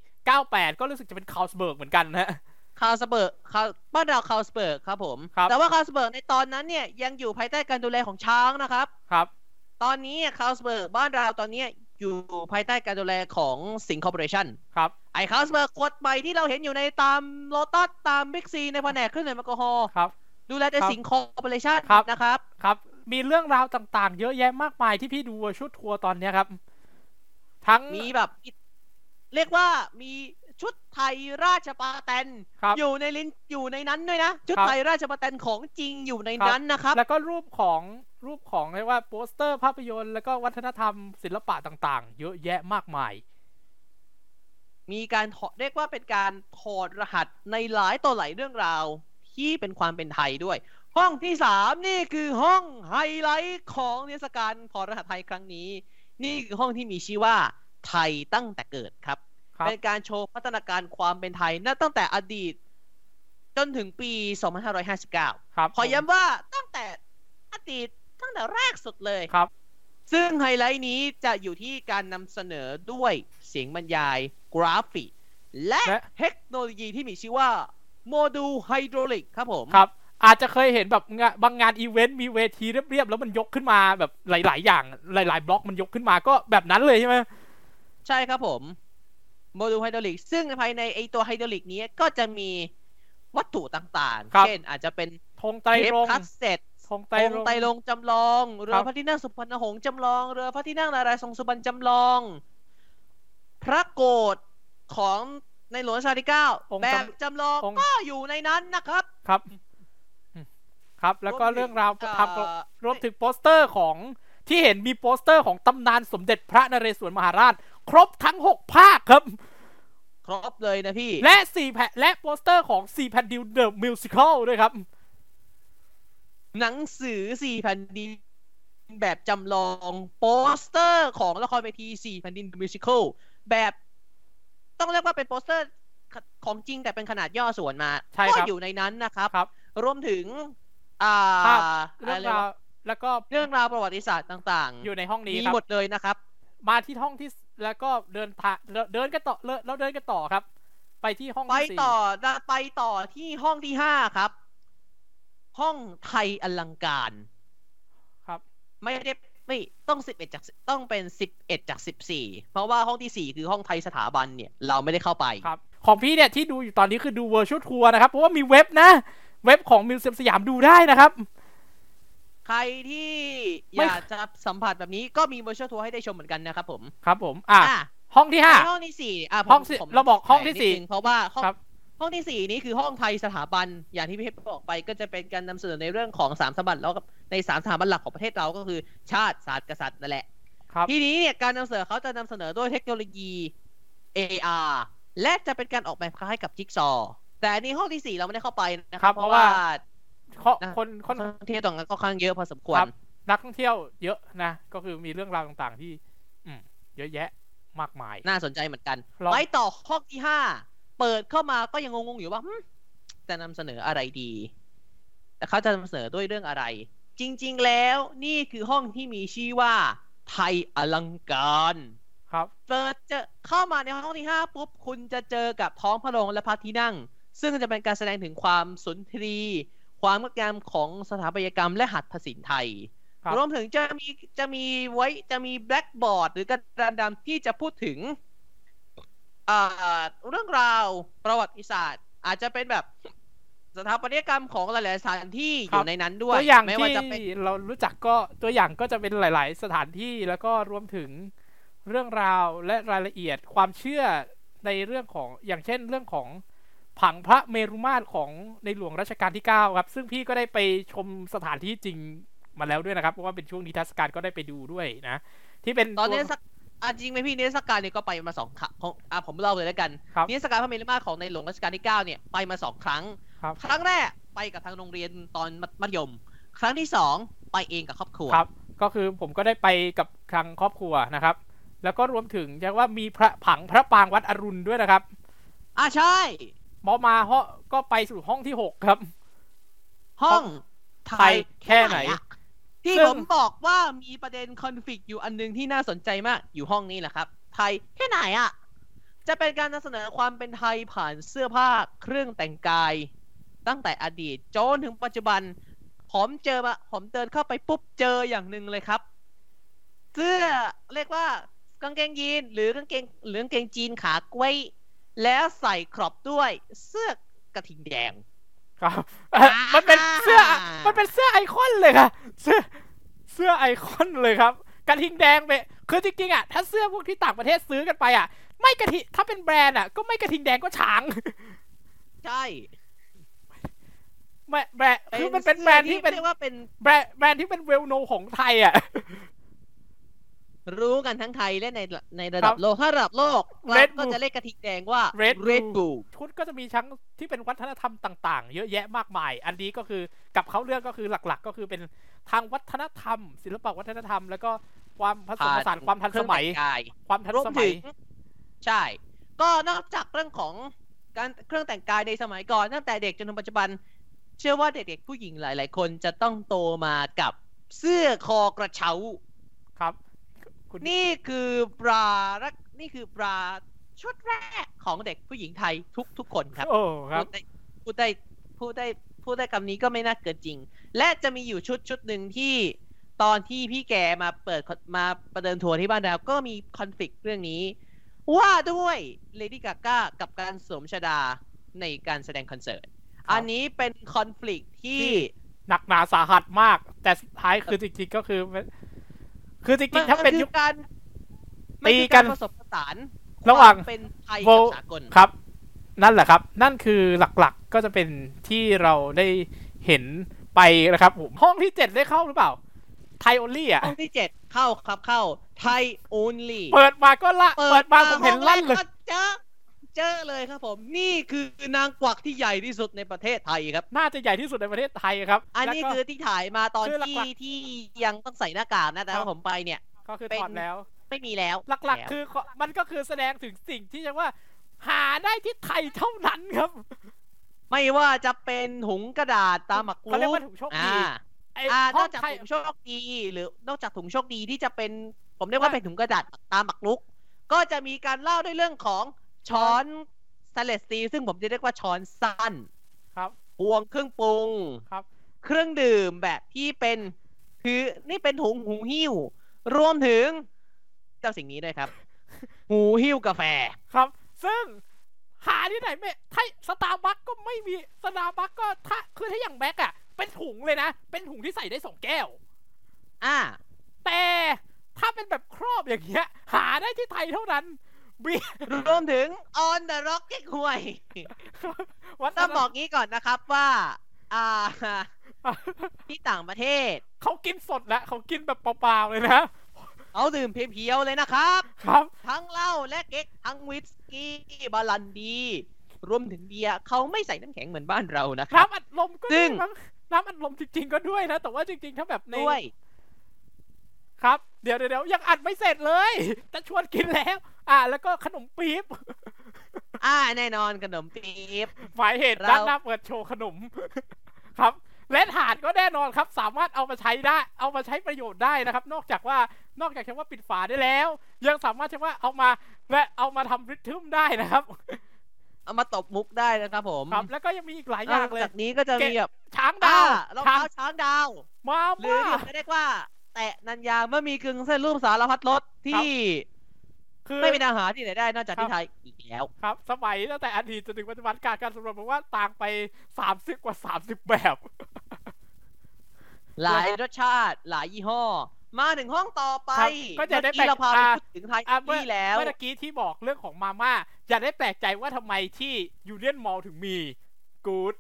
98ก็รู้สึกจะเป็นคาลสเบิร์กเหมือนกันนะคาลสเบิร์กบ้านเราคาลสเบิร์กครับผมแต่ว่าคาลสเบิร์กในตอนนั้นเนี่ยยังอยู่ภายใต้การดูแลของช้างนะครับตอนนี้คาลสเบิร์กบ้านเราตอนนี้อยู่ภายใต้การดูแลของสิงห์คอร์ปอเรชั่นครับไอคาลสเบิร์กขวดใหม่ที่เราเห็นอยู่ในตามโลตัสตามบิ๊กซีในแผนกเครื่องดื่มแอลกอฮอล์ดูแลแต่สิงห์คอร์ปอเรชั่นนะครับมีเรื่องราวต่างๆเยอะแยะมากมายที่พี่ดูชุดทัวร์ตอนนี้ครับทั้งมีแบบเรียกว่ามีชุดไทยราชปาแตนอยู่ในนั้นด้วยนะชุดไทยราชปาแตนของจริงอยู่ในนั้นนะครับแล้วก็รูปของเรียกว่าโปสเตอร์ภาพยนตร์แล้วก็วัฒนธรรมศิลปะต่างๆเยอะแยะมากมายมีการเรียกว่าเป็นการถอดรหัสในหลายต่อหลายเรื่องราวที่เป็นความเป็นไทยด้วยห้องที่3นี่คือห้องไฮไลท์ของเทศกาลถอดรหัสไทยครั้งนี้นี่คือห้องที่มีชื่อว่าไทยตั้งแต่เกิดครับเป็นการโชว์พัฒนาการความเป็นไทยตั้งแต่อดีตจนถึงปี 2559 ขอย้ำว่าตั้งแต่อดีตตั้งแต่แรกสุดเลยครับซึ่งไฮไลท์นี้จะอยู่ที่การนำเสนอด้วยเสียงบรรยายกราฟิกและเทคโนโลยีที่มีชื่อว่าโมดูลไฮดรอลิกครับผมครับอาจจะเคยเห็นแบบบางงานอีเวนต์มีเวทีเรียบๆแล้วมันยกขึ้นมาแบบหลายๆอย่างหลายๆบล็อกมันยกขึ้นมาก็แบบนั้นเลยใช่ไหมใช่ครับผมโมดูลไฮดรอลิกซึ่งภายในไอตัวไฮดรอลิกนี้ก็จะมีวัตถุต่างๆเช่นอาจจะเป็นธงไตรรงค์คัสเซ็ตธงไตรรงค์จำลองเรือพระที่นั่งสุพรรณหงษ์จำลองเรือพระที่นั่งนารายณ์ทรงสุบรรณจำลองพระโกฐของในหลวงรัชกาลที่9แบบจำลองก็อยู่ในนั้นนะครับครับแล้วก็เรื่องราวทำรวมถึงโปสเตอร์ของที่เห็นมีโปสเตอร์ของตำนานสมเด็จพระนเรศวรมหาราชครบทั้ง6ภาคครับครบเลยนะพี่และ4แผ่นและโปสเตอร์ของ4แผ่นดิวเดอะมิวสิคัลด้วยครับหนังสือ4แผ่นดินแบบจำลองโปสเตอร์ของละครเวที4แผ่นดินมิวสิคลแบบต้องเรียกว่าเป็นโปสเตอร์ของจริงแต่เป็นขนาดย่อส่วนมาก็อยู่ในนั้นนะครับรวมถึงภาพเรื่องราวแล้วก็เรื่องราวประวัติศาสตร์ต่างๆอยู่ในห้องนี้มีหมดเลยนะครับมาที่ห้องที่แล้วก็เดินกันต่อแล้วเดินกันต่อครับไปที่ห้องที่4 ไปต่อที่ห้องที่5ครับห้องไทยอลังการครับไม่ต้อง11จากต้องเป็น11จาก14เพราะว่าห้องที่4คือห้องไทยสถาบันเนี่ยเราไม่ได้เข้าไปครับของพี่เนี่ยที่ดูอยู่ตอนนี้คือดู Virtual Tour นะครับเพราะว่ามีเว็บนะเว็บของมิวเซียมสยามดูได้นะครับใครที่อยากจะสัมผัสแบบนี้ก็มี Virtual Tour ให้ได้ชมเหมือนกันนะครับผมครับผมห้องที่5 ห้องที่4 ห้องเราบอกห้องที่4 เพราะว่าห้องที่4นี้คือห้องไทยสถาบันอย่างที่พี่เพชรบอกไปก็จะเป็นการนำเสนอในเรื่องของ3สถาบันแล้วใน3สถาบันหลักของประเทศเราก็คือชาติศาสตร์กษัตริย์นั่นแหละทีนี้เนี่ยการนำเสนอเขาจะนำเสนอด้วยเทคโนโลยี AR และจะเป็นการออกแบบคล้ายกับจิ๊กซอแต่อันนี้ห้องที่4เราไม่ได้เข้าไปนะครับเพราะว่าคนเที่ยวตรงนั้นก็ค่อนข้างเยอะพอสมควรนักท่องเที่ยวเยอะนะก็คือมีเรื่องราวต่างๆที่เยอะแยะมากมายน่าสนใจเหมือนกันไปต่อห้องที่5เปิดเข้ามาก็ยังงงๆอยู่ว่าจะนำเสนออะไรดีแต่เขาจะนำเสนอด้วยเรื่องอะไรจริงๆแล้วนี่คือห้องที่มีชื่อว่าไทยอลังการครับเปิดจะเข้ามาในห้องที่5ปุ๊บคุณจะเจอกับท้องพระโรงและพระที่นั่งซึ่งจะเป็นการแสดงถึงความสุนทรีความงดงามของสถาปัตยกรรมและหัตถศิลป์ไทยรวมถึงจะมีแบล็กบอร์ดหรือกระดานดำที่จะพูดถึงเรื่องราวประวัติศาสตร์อาจจะเป็นแบบสถาปัตยกรรมของหลายๆสถานที่อยู่ในนั้นด้วยตัวอย่างที่เรารู้จักก็ตัวอย่างก็จะเป็นหลายๆสถานที่แล้วก็รวมถึงเรื่องราวและรายละเอียดความเชื่อในเรื่องของอย่างเช่นเรื่องของผังพระเมรุมาตรของในหลวงรัชกาลที่9ครับซึ่งพี่ก็ได้ไปชมสถานที่จริงมาแล้วด้วยนะครับเพราะว่าเป็นช่วงนิทรรศการก็ได้ไปดูด้วยนะที่เป็นตอนนี้จริงไหมพี่นิทรรศการเนี่ยก็ไปมา2 ครั้งผมเล่าเลยแล้วกันนิทรรศการพระเมรุมาตรของในหลวงรัชกาลที่9เนี่ยไปมา2 ครั้งครั้งแรกไปกับทางโรงเรียนตอนมัธยมครั้งที่2ไปเองกับครอบครัวครับก็คือผมก็ได้ไปกับทางครอบครัวนะครับแล้วก็รวมถึงเรียกว่ามีผังพระปางวัดอรุณด้วยนะครับใช่มาก็ไปสู่ห้องที่6ครับห้องไทยแค่ไหนที่ผมบอกว่ามีประเด็นคอนฟลิกต์อยู่อันนึงที่น่าสนใจมากอยู่ห้องนี้แหละครับไทยแค่ไหนจะเป็นการนำเสนอความเป็นไทยผ่านเสื้อผ้าเครื่องแต่งกายตั้งแต่อดีตจนถึงปัจจุบันผมเดินเข้าไปปุ๊บเจออย่างหนึ่งเลยครับเสื้อเรียกว่ากางเกงยีนหรือกางเกงจีนขากล้วยแล้วใส่ครอปด้วยเสื้อกระทิงแดงครับมันเป็นเสื้อไอคอนเลยค่ะเสื้อไอคอนเลยครับกระทิงแดงไปคือจริงๆถ้าเสื้อพวกที่ต่างประเทศซื้อกันไปไม่กระทิถ้าเป็นแบรนด์ก็ไม่กระทิงแดงก็ช้างใช่แบรนด์คือมันเป็นแบรนด์ที่เป็นว่าเป็นแบรนด์ที่เป็นเวลโนของไทยรู้กันทั้งไทยและในระดับโลกถ้าระดับโลกก็จะเรียกกระทิงแดงว่า Red Bull ชุดก็จะมีทั้งที่เป็นวัฒนธรรมต่างๆเยอะแยะมากมายอันนี้ก็คือกับเขาเรื่องก็คือหลักๆก็คือเป็นทางวัฒนธรรมศิลปวัฒนธรรมแล้วก็ความผสมผสานความทันสมัยความทันสมัยใช่ก็นอกจากเรื่องของการเครื่องแต่งกายในสมัยก่อนตั้งแต่เด็กจนถึงปัจจุบันเชื่อว่าเด็กๆผู้หญิงหลายๆคนจะต้องโตมากับเสื้อคอกระเช้าครับนี่คือปลาชุดแรกของเด็กผู้หญิงไทยทุกคนครับโอ้ครับพูดได้คำนี้ก็ไม่น่าเกินจริงและจะมีอยู่ชุดหนึ่งที่ตอนที่พี่แกมาประเดิมทัวร์ที่บ้านเราก็มีคอนฟลิกต์เรื่องนี้ว่าด้วยเลดี้กาก้ากับการสวมชฎาในการแสดงคอนเสิร์ตอันนี้เป็นคอนฟลิกต์ที่หนักหนาสาหัสมากแต่สุดท้ายคือจริงๆก็คือจริงๆถ้าเป็นยุคการตีกันผสมผสานระหว่างเป็นไทยกับสากลครับนั่นแหละครับนั่นคือหลักๆก็จะเป็นที่เราได้เห็นไปนะครับผมห้องที่7ได้เข้าหรือเปล่าไทย only ห้องที่7เข้าครับเข้าไทย only เปิดมาก็เปิดมาผมเห็นลั่นเลยเจอเลยครับผมนี่คือนางกวักที่ใหญ่ที่สุดในประเทศไทยครับน่าจะใหญ่ที่สุดในประเทศไทยครับอันนี้คือที่ถ่ายมาตอนที่ยังต้องใส่หน้ากากนะแต่ว่าผมไปเนี่ยก็คือถอดแล้วไม่มีแล้วหลักๆคือมันก็คือแสดงถึงสิ่งที่เรียกว่าหาได้ที่ไทยเท่านั้นครับไม่ว่าจะเป็นถุงกระดาษตาหมักรุกเขาเรียกว่าถุงโชคดีนอกจากถุงโชคดีหรือนอกจากถุงโชคดีที่จะเป็นผมเรียกว่าเป็นถุงกระดาษตาหมักรุกก็จะมีการเล่าด้วยเรื่องของช้อนสเตนเลสสตีลซึ่งผมจะเรียกว่าช้อนสั้นครับพวงเครื่องปรุงครับเครื่องดื่มแบบที่เป็นคือนี่เป็นถุงหูหิ้วรวมถึงเจ้าสิ่งนี้ด้วยครับหูหิ้วกาแฟครับซึ่งหาที่ไหนไม่ถ้าสตาร์บัคก็ไม่มีสตาร์บัคก็ถ้าคือถ้าอย่างแบ็กอะเป็นถุงเลยนะเป็นถุงที่ใส่ได้2 แก้วแต่ถ้าเป็นแบบครอบอย่างเงี้ยหาได้ที่ไทยเท่านั้นรวมถึง on the rock เก๊กฮวยต้องบอกงี้ก่อนนะครับว่าที่ต่างประเทศเขากินสดแล้วเขากินแบบเปล่าๆเลยนะเขาดื่มเพียวๆเลยนะครับครับทั้งเหล้าและเก๊กทั้งวิสกี้บาลันดีรวมถึงเบียร์เขาไม่ใส่น้ำแข็งเหมือนบ้านเรานะครับน้ำอัดลมก็ด้วยน้ำอัดลมจริงๆก็ด้วยนะแต่ว่าจริงๆถ้าแบบในครับเดี๋ยวยังอัดไม่เสร็จเลยจะชวนกินแล้วแล้วก็ขนมปี๊บแน่นอนขนมปี๊บหมายเหตุด้านหน้าเปิดโชว์ขนมครับและถาดก็แน่นอนครับสามารถเอามาใช้ได้เอามาใช้ประโยชน์ได้นะครับนอกจากใช้ว่าปิดฝาได้แล้วยังสามารถใช้ว่าเอามาทำริทึมได้นะครับเอามาตบมุกได้นะครับผมครับแล้วก็ยังมีอีกหลายอย่างเลยจากนี้ก็จะมีแบบช้างดาวรองเท้าช้างดาวมาหรือเรียกว่าแตะนันยางเมื่อมีกึ่งเส้นรูปสารพัดรถที่ไม่เป็นอาหารที่ไหนได้นอกจากที่ไทยอีกแล้วครับสมัยตั้งแต่อดีตจนถึงปัจจุบันการสำรวจบอกว่าต่างไป30 กว่า 30 แบบหลายรสชาติหลายยี่ห้อมาถึงห้องต่อไปก็จะได้แปลกใจถึงไทยที่แล้วเมื่อกี้ที่บอกเรื่องของมาม่าจะได้แปลกใจว่าทำไมที่ยูเนียนมอลล์ถึงมี Good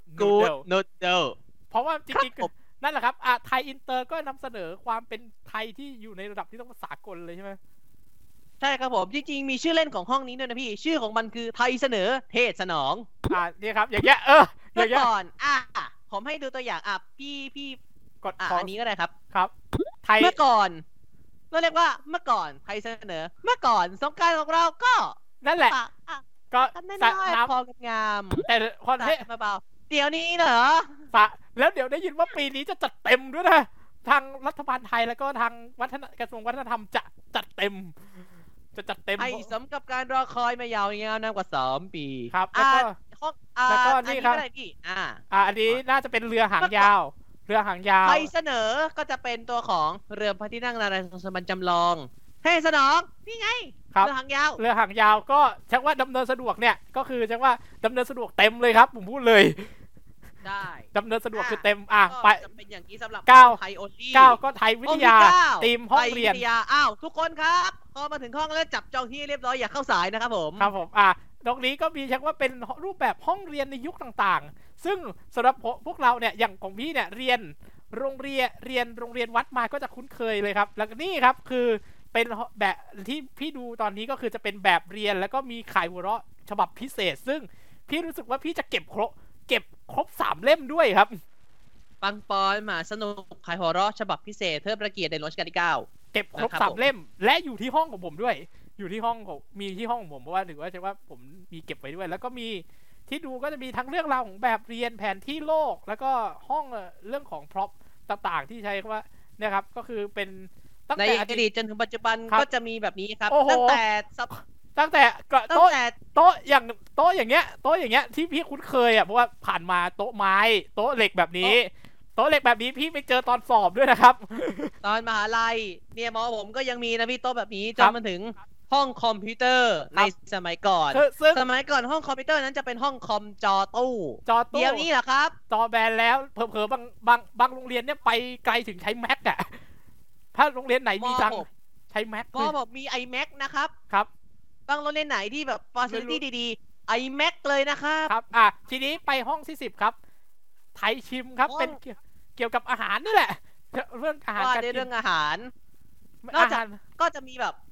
Noodle เพราะว่าจริงๆนั่นแหละครับไทยอินเตอร์ก็นำเสนอความเป็นไทยที่อยู่ในระดับที่ต้องสากลเลยใช่ไหมใช่ครับผมจริงๆมีชื่อเล่นของห้องนี้ด้วยนะพี่ชื่อของมันคือไทยเสนอเทศสนองนี่ครับอย่างเงี้ยอย่างเงี้ยก่อนผมให้ดูตัวอย่างพี่กดอันนี้ก็ได้ครับไทยเมื่อก่อนเราเรียกว่าเมื่อก่อนไทยเสนอเมื่อก่อนสงกรานต์ของเราก็นั่นแหละก็น้ำพอกับงามแต่พอให้เบาๆเดี๋ยวนี้เหรอแล้วเดี๋ยวได้ยินว่าปีนี้จะจัดเต็มด้วยนะทางรัฐบาลไทยแล้วก็ทางกระทรวงวัฒนธรรมจะจัดเต็มให้สมกับการรอคอยมายาวนานกว่า3 ปีครับแล้วก็นี่ครับอันนี้น่าจะเป็นเรือหางยาวไทยเสนอก็จะเป็นตัวของเรือพระที่นั่งนารายณ์สมันจำลองเทศสนองนี่ไงเรือหางยาวก็ชักว่าดำเนินสะดวกเนี่ยก็คือชักว่าดำเนินสะดวกเต็มเลยครับผมพูดเลยได้ดำเนินสะดวกคือเต็มไปเป็นอย่างนี้สำหรับไทยโอลี่9ก็ไทยวิทยาทีมห้องเรียนทุกคนครับพอมาถึงห้องแล้วจับจองที่เรียบร้อยอย่าเข้าสายนะครับผมตรงนี้ก็มีชักว่าเป็นรูปแบบห้องเรียนในยุคต่างๆซึ่งสำหรับพวกเราเนี่ยอย่างของพี่เนี่ยเรียนโรงเรียนวัดมาก็จะคุ้นเคยเลยครับแล้วนี่ครับคือเป็นแบบที่พี่ดูตอนนี้ก็คือจะเป็นแบบเรียนแล้วก็มีขายหัวเราะฉบับพิเศษซึ่งพี่รู้สึกว่าพี่จะเก็บครบ3 เล่มด้วยครับปังปอนมาสนุกขายหัวเราะฉบับพิเศษเทิดพระเกียรติในรัชกาลที่9 เก็บครบ3 เล่มและอยู่ที่ห้องของผมด้วยอยู่ที่ห้องของมีที่ห้องของผมเพราะว่าถือว่าใช่ว่าผมมีเก็บไว้ด้วยแล้วก็มีที่ดูก็จะมีทั้งเรื่องราวของแบบเรียนแผนที่โลกแล้วก็ห้องเรื่องของพร็อพต่างๆที่ใช้ว่าเนี่ยครับก็คือเป็นในอดีตจนถึงปัจจุบันก็จะมีแบบนี้ครับตั้งแต่โต๊ะอย่างเงี้ยที่พี่คุ้นเคยเพราะว่าผ่านมาโต๊ะไม้โต๊ะเหล็กแบบนี้พี่ไปเจอตอนสอบด้วยนะครับตอนมหาลัยเนี่ยมอผมก็ยังมีนะพี่โต๊ะแบบนี้จนมาถึงห้องคอมพิวเตอร์ในสมัยก่อนห้องคอมพิวเตอร์นั้นจะเป็นห้องคอมจอตู้เดี๋ยวนี้เหรอครับจอแบนแล้วเผลอๆบางโรงเรียนเนี่ยไปไกลถึงใช้แม็กถ้าโรงเรียนไหนมีจังใช้แม็กก็บอกมี iMac นะครับครับบางโรงเรียนไหนที่แบบฟาซิลิตี้ดีๆ iMac เลยนะครับทีนี้ไปห้องที่10ครับไทยชิมครับเป็นเกี่ยวกับอาหารนี่แหละเรื่องอาหารว่าในเรื่องอาหารนอกจากก็จะมีแบบ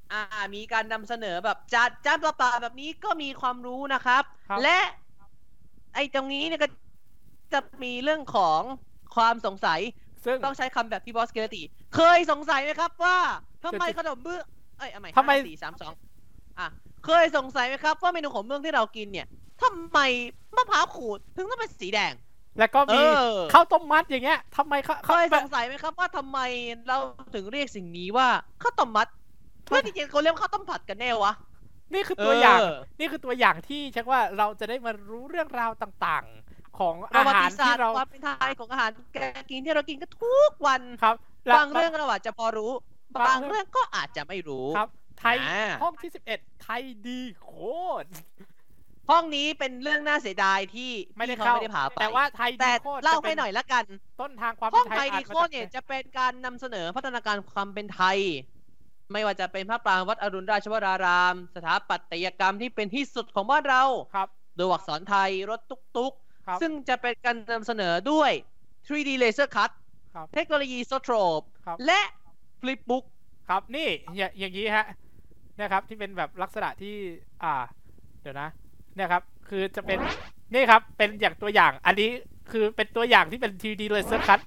มีการนำเสนอแบบจานเปล่าๆแบบนี้ก็มีความรู้นะครับ และไอ้ตรงนี้เนี่ยก็จะมีเรื่องของความสงสัยซึ่งต้องใช้คำแบบพี่บอสเกลติเคยสงสัยไหมครับว่าทำไมขนมเบื้องทำไม4 3 2เคยสงสัยไหมครับว่าเมนูของเมืองที่เรากินเนี่ยทำไมมะพร้าวขูดถึงต้องเป็นสีแดงแล้วก็มีข้าวต้มมัดอย่างเงี้ยทำไมเคยสงสัยไหมครับว่าทำไมเราถึงเรียกสิ่งนี้ว่าข้าวต้มมัดเมื่อจริงๆเขาเรียกข้าวต้มผัดกันแน่วะนี่คือตัวอย่างที่เช็คว่าเราจะได้มารู้เรื่องราวต่างๆของอาหารที่เราความเป็นไทยของอาหารการกินที่เรากินกันทุกวันครับบางเรื่องเราอาจจะพอรู้บางเรื่องก็อาจจะไม่รู้ครับไทยห้องที่11ไทยดีโคตรห้องนี้เป็นเรื่องน่าเสียดายที่ไม่ได้พาไปแต่ว่าไทยดีโคตรเล่าให้หน่อยละกันต้นทางความห้องไทยดีโคตรเนี่ยจะเป็นการนำเสนอพัฒนาการความเป็นไทยไม่ว่าจะเป็นพระปรางวัดอรุณราชวรารามสถาปัตยกรรมที่เป็นที่สุดของบ้านเราโดยอักษรไทยรถตุ๊กๆซึ่งจะเป็นการนำเสนอด้วย 3D Laser Cut เทคโนโลยี Strobe และ Flipbook ครับนี่อย่างนี้ฮะนะครับที่เป็นแบบลักษณะที่เดี๋ยวนะเนี่ยครับคือจะเป็นนี่ครับเป็นอย่างตัวอย่างอันนี้คือเป็นตัวอย่างที่เป็น 3D Laser Cut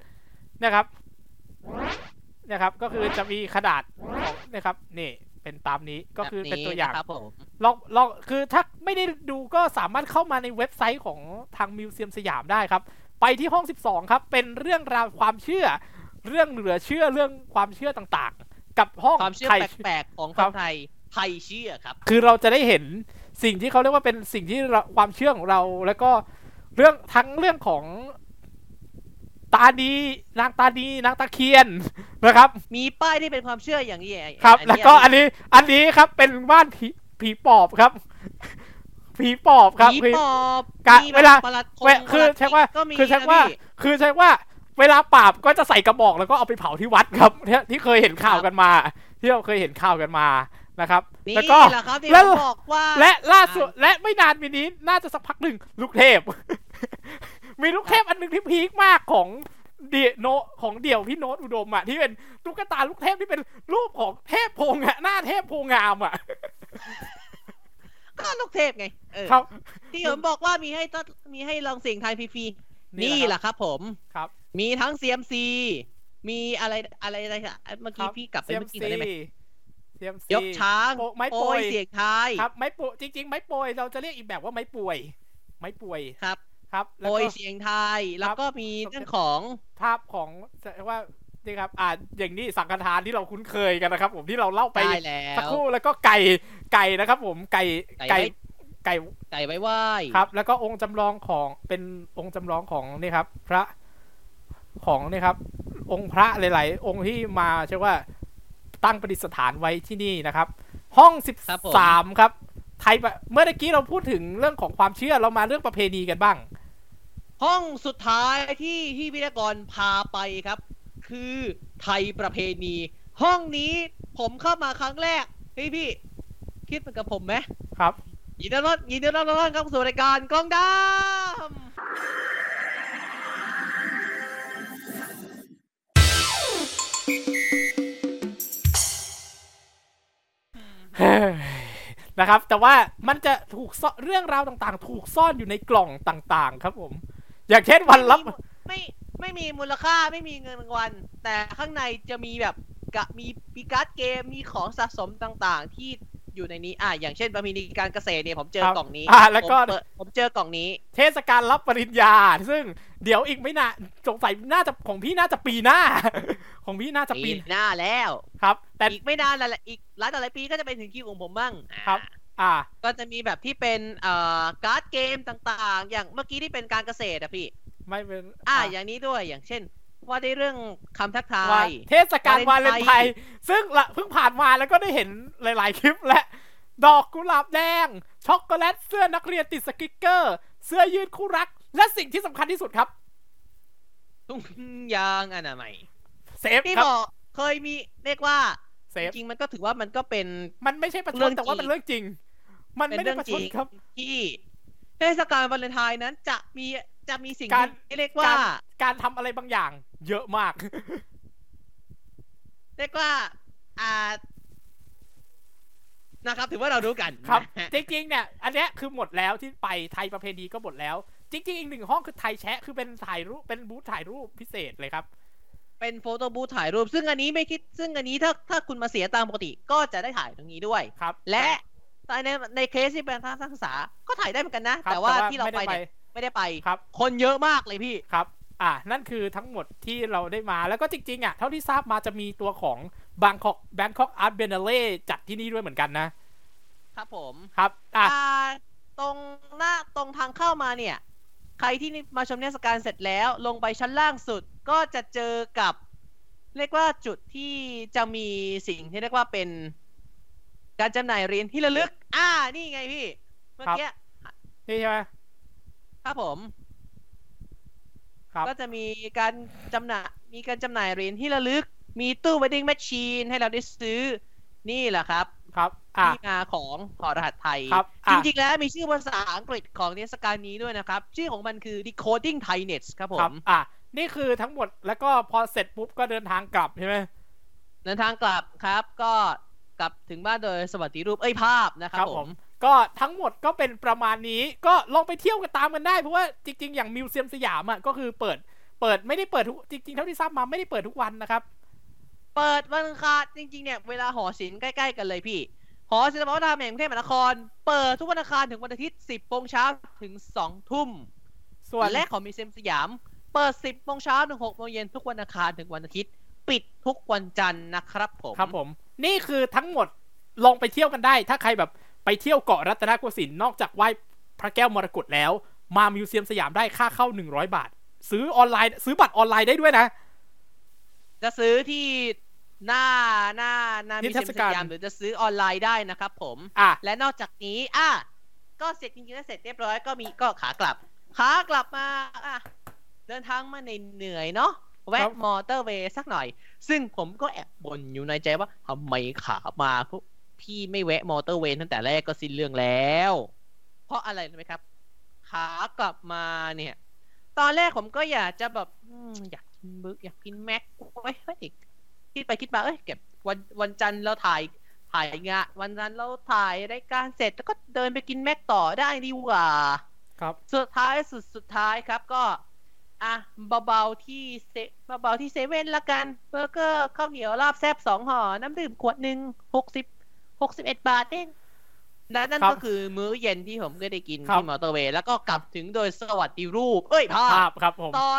นะครับก็คือจะมีขนาดของนะครับนี่เป็นตามนี้ก็คือเป็นตัวอย่างลองคือถ้าไม่ได้ดูก็สามารถเข้ามาในเว็บไซต์ของทางมิวเซียมสยามได้ครับไปที่ห้อง12ครับเป็นเรื่องราวความเชื่อเรื่องเหลือเชื่อเรื่องความเชื่อต่างๆกับห้องความเชื่อแปลกๆของคนไทยเชื่อครับคือเราจะได้เห็นสิ่งที่เขาเรียกว่าเป็นสิ่งที่ความเชื่อของเราแล้วก็เรื่องทั้งเรื่องของตาดีนางตาดีนางตะเคียนนะครับมีป้ายที่เป็นความเชื่ออย่างนี้ครับแล้วก็อันนี้ครับเป็นบ้านผีปอบครับผีปอบครับผีปอบเวลาคือใช่ว่าเวลาปราบก็จะใส่กระบอกแล้วก็เอาไปเผาที่วัดครับที่เคยเห็นข่าวกันมาที่เราเคยเห็นข่าวกันมานะครับแล้วก็และล่าสุดและไม่นานมีนี้น่าจะสักพักหนึ่งลูกเทพมีลูกเทพอันนึงที่พีคมากของเดี่ยวพี่โน้ตอุดมที่เป็นตุ๊กตาลูกเทพที่เป็นรูปของเทพโพงหน้าเทพโพงามก็ลูกเทพไงครับที่ผมบอกว่ามีให้ลองเสี่ยงทายฟรีๆนี่แหละครับผมครับมีทั้ง CMC มีอะไรเมื่อกี้พี่กลับไปเมื่อกี้ได้ไหมยกช้างไม้ป่วยเสียงทายครับไม้ป่วยจริงๆไม้ป่วยเราจะเรียกอีกแบบว่าไม้ป่วยครับโปรยเสียงทายแล้วก็มีเรื่องของภาพของว่านี่ครับอย่างนี้สังฆทานที่เราคุ้นเคยกันนะครับผมที่เราเล่าไปสักครู่แล้วก็ไก่นะครับผมไก่ไว้ไหว้ครับแล้วก็องค์จำลองของเป็นองค์จำลองของนี่ครับพระของนี่ครับองค์พระหลายๆองค์ที่มาใช่ว่าตั้งประดิษฐานไว้ที่นี่นะครับห้อง13ครับไทยเมื่อกี้เราพูดถึงเรื่องของความเชื่อเรามาเรื่องประเพณีกันบ้างห้องสุดท้ายที่พิธีกรพาไปครับคือไทยประเพณีห้องนี้ผมเข้ามาครั้งแรกพี่คิดเหมือนกับผมไหมครับยินดีต้อนรับเข้าสู่รายการกล้องดำนะครับแต่ว่ามันจะถูกเรื่องราวต่างๆถูกซ่อนอยู่ในกล่องต่างๆครับผมอย่างเช่นวันรับไม่มีมูลค่าไม่มีเงินรางวัลแต่ข้างในจะมีแบบมีการ์ดเกมมีของสะสมต่างๆที่อยู่ในนี้อย่างเช่นประเพณีการเกษตรเนี่ยผมเจอกล่องนี้แล้วก็ผมเจอกล่องนี้เทศกาลรับปริญญาซึ่งเดี๋ยวอีกไม่นานสงสัยน่าจะของพี่น่าจะปีหน้าของพี่น่าจะปีหน้าแล้วครับแต่อีกไม่นานแล้วอีกหลายปีก็จะไปถึงคิวของผมบ้างครับก็จะมีแบบที่เป็นการ์ดเกมต่างๆอย่างเมื่อกี้ที่เป็นการเกษตรพี่ไม่เป็นอย่างนี้ด้วยอย่างเช่นว่าได้เรื่องคำทักทายเทศกาลวาเลนไทน์ซึ่งเพิ่งผ่านมาแล้วก็ได้เห็นหลายๆคลิปและดอกกุหลาบแดงช็อกโกแลตเสื้อนักเรียนติดสติ๊กเกอร์เสื้อยืดคู่รักและสิ่งที่สำคัญที่สุดครับถุงยางอนามัยเซฟที่บอกเคยมีเรียกว่าเซฟจริงมันก็ถือว่ามันก็เป็นมันไม่ใช่ประชดแต่ว่ามันเรื่องจริงมันไม่ได้ประชดครับที่เทศกาลวาเลนไทน์นั้นจะมีสิ่งที่เรียกว่าการทำอะไรบางอย่างเยอะมากเรียกว่านะครับถือว่าเรารู้กันครับจริงๆเนี่ยอันเนี้ยคือหมดแล้วที่ไปไทยประเพณีก็หมดแล้วจริงๆอีก1 ห้องคือไทยแชะคือเป็นถ่ายรูปเป็นบูธถ่ายรูปพิเศษเลยครับเป็นโฟโต้บูธถ่ายรูปซึ่งอันนี้ไม่คิดซึ่งอันนี้ถ้าคุณมาเสียตามปกติก็จะได้ถ่ายตรงนี้ด้วยครับและในเคสที่เป็นทางนักศึกษาก็ถ่ายได้เหมือนกันนะแต่ว่าที่เราไปเนี่ยไม่ได้ไปครับคนเยอะมากเลยพี่ครับนั่นคือทั้งหมดที่เราได้มาแล้วก็จริงๆเท่าที่ทราบมาจะมีตัวของBangkok Art Biennale จัดที่นี่ด้วยเหมือนกันนะครับผมครับตรงทางเข้ามาเนี่ยใครที่มาชมเทศกาลเสร็จแล้วลงไปชั้นล่างสุดก็จะเจอกับเรียกว่าจุดที่จะมีสิ่งที่เรียกว่าเป็นการจำหน่ายเหรียญที่ระลึกนี่ไงพี่เมื่อกี้นี่ใช่ไหมครับผมก็จะมีการจำหน่ายเหรียญที่ระลึกมีตู้ vending machine ให้เราได้ซื้อนี่แหละครับที่มาของถอดรหัสไทยจริงๆแล้วมีชื่อภาษาอังกฤษของเทศกาลนี้ด้วยนะครับชื่อของมันคือ Decoding Thainet ครับผมนี่คือทั้งหมดแล้วก็พอเสร็จปุ๊บก็เดินทางกลับใช่ไหมเดินทางกลับครับก็กลับถึงบ้านโดยสวัสดิรูปภาพนะครับผมก็ทั้งหมดก็เป็นประมาณนี้ก็ลองไปเที่ยวกันตามกันได้เพราะว่าจริงๆอย่างมิวเซียมสยามก็คือเปิดไม่ได้เปิดทุกจริงๆเท่าที่ทราบมาไม่ได้เปิดทุกวันนะครับเปิดวันอังคารจริงๆเนี่ยเวลาหอศิลป์ใกล้ๆกันเลยพี่หอศิลปวัฒนธรรมแห่งกรุงเทพมหานครเปิดทุกวันอังคารถึงวันอาทิตย์ 10 โมงเช้าถึง 2 ทุ่มส่วนแรกของมิวเซียมสยามเปิด 10 โมงเช้าถึง 6 โมงเย็นทุกวันอังคารถึงวันอาทิตย์ปิดทุกวันจันทร์นะครับผมนี่คือทั้งหมดลองไปเที่ยวกันได้ถ้าใครแบบไปเที่ยวเกาะรัตนโกสินทร์นอกจากไหว้พระแก้วมรกตแล้วมามิวเซียมสยามได้ค่าเข้า100 บาทซื้อออนไลน์ซื้อบัตรออนไลน์ได้ด้วยนะจะซื้อที่หน้ามิวเซียมสยามหรือจะซื้อออนไลน์ได้นะครับผมและนอกจากนี้ก็เสร็จจริงๆแล้วเสร็จเรียบร้อยก็ขากลับมาเดินทางมาเหนื่อยเนาะแวะมอเตอร์เวย์สักหน่อยซึ่งผมก็แอบบ่นอยู่ในใจว่าทำไมขามาพี่ไม่แวะมอเตอร์เวย์ตั้งแต่แรกก็สิ้นเรื่องแล้วเพราะอะไรรู้ไหมครับขากลับมาเนี่ยตอนแรกผมก็อยากจะแบบอยากกินบึกอยากกินแม็กไว้อีกคิดไปคิดมาเก็บวันจันทร์เราถ่ายงานวันจันทร์เราถ่ายรายการเสร็จแล้วก็เดินไปกินแม็กต่อได้ดีกว่าครับสุดท้ายครับก็เบาๆที่เซเว่นละกันเบอร์เกอร์ข้าวเหนียวลาบแซ่บ2 ห่อน้ำดื่มขวดนึง61 บาทเองและนั่นก็คือมื้อเย็นที่ผมก็ได้กินที่มอเตอร์เวย์แล้วก็กลับถึงโดยสวัสดิรูปภาพครับผมตอน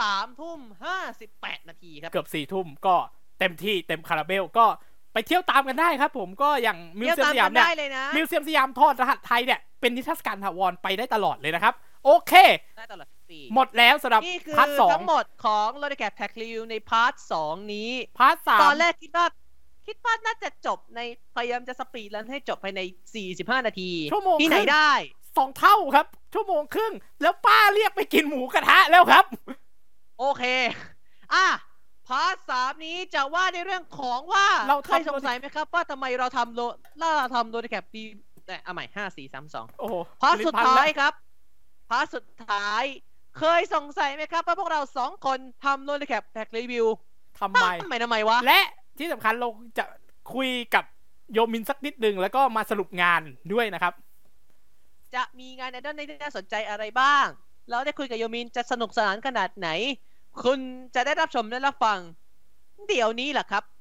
3:58 นาทีครับเกือบ 4 ทุ่มก็เต็มที่เต็มคาราเบลก็ไปเที่ยวตามกันได้ครับผมก็อย่างมิวเซียมสยามเนี่ยมิวเซียมสยามทอดรหัสไทยเนี่ยเป็นนิทรรศการถาวรไปได้ตลอดเลยนะครับโอเคได้ตลอดปีหมดแล้วสำหรับพาร์ท 2ทั้งหมดของ Lodicap Tag Review ในพาร์ท 2นี้พาร์ท 3 ตอนแรกคิดว่าน่าจะจบในพยายามจะสปีดรันให้จบภายใน45 นาทีที่ไหนได้ 2 เท่าครับชั่วโมงครึ่งแล้วป้าเรียกไปกินหมูกระทะแล้วครับโอเคพาร์ท 3นี้จะว่าในเรื่องของว่าใครสงสัยไหมครับว่าทำไมเราทำLodicapดีเอาใหม่5 4 3 2โอ้โหพาร์ทสุดท้ายครับพาร์ทสุดท้ายเคยสงสัยไหมครับว่าพวกเรา2 คนทำLodicap Tag Review ทำไมวะและที่สำคัญเราจะคุยกับโยมินสักนิดนึงแล้วก็มาสรุปงานด้วยนะครับจะมีงานในด้านที่น่าสนใจอะไรบ้างเราได้คุยกับโยมินจะสนุกสนานขนาดไหนคุณจะได้รับชมและรับฟังเดี๋ยวนี้แหละครับ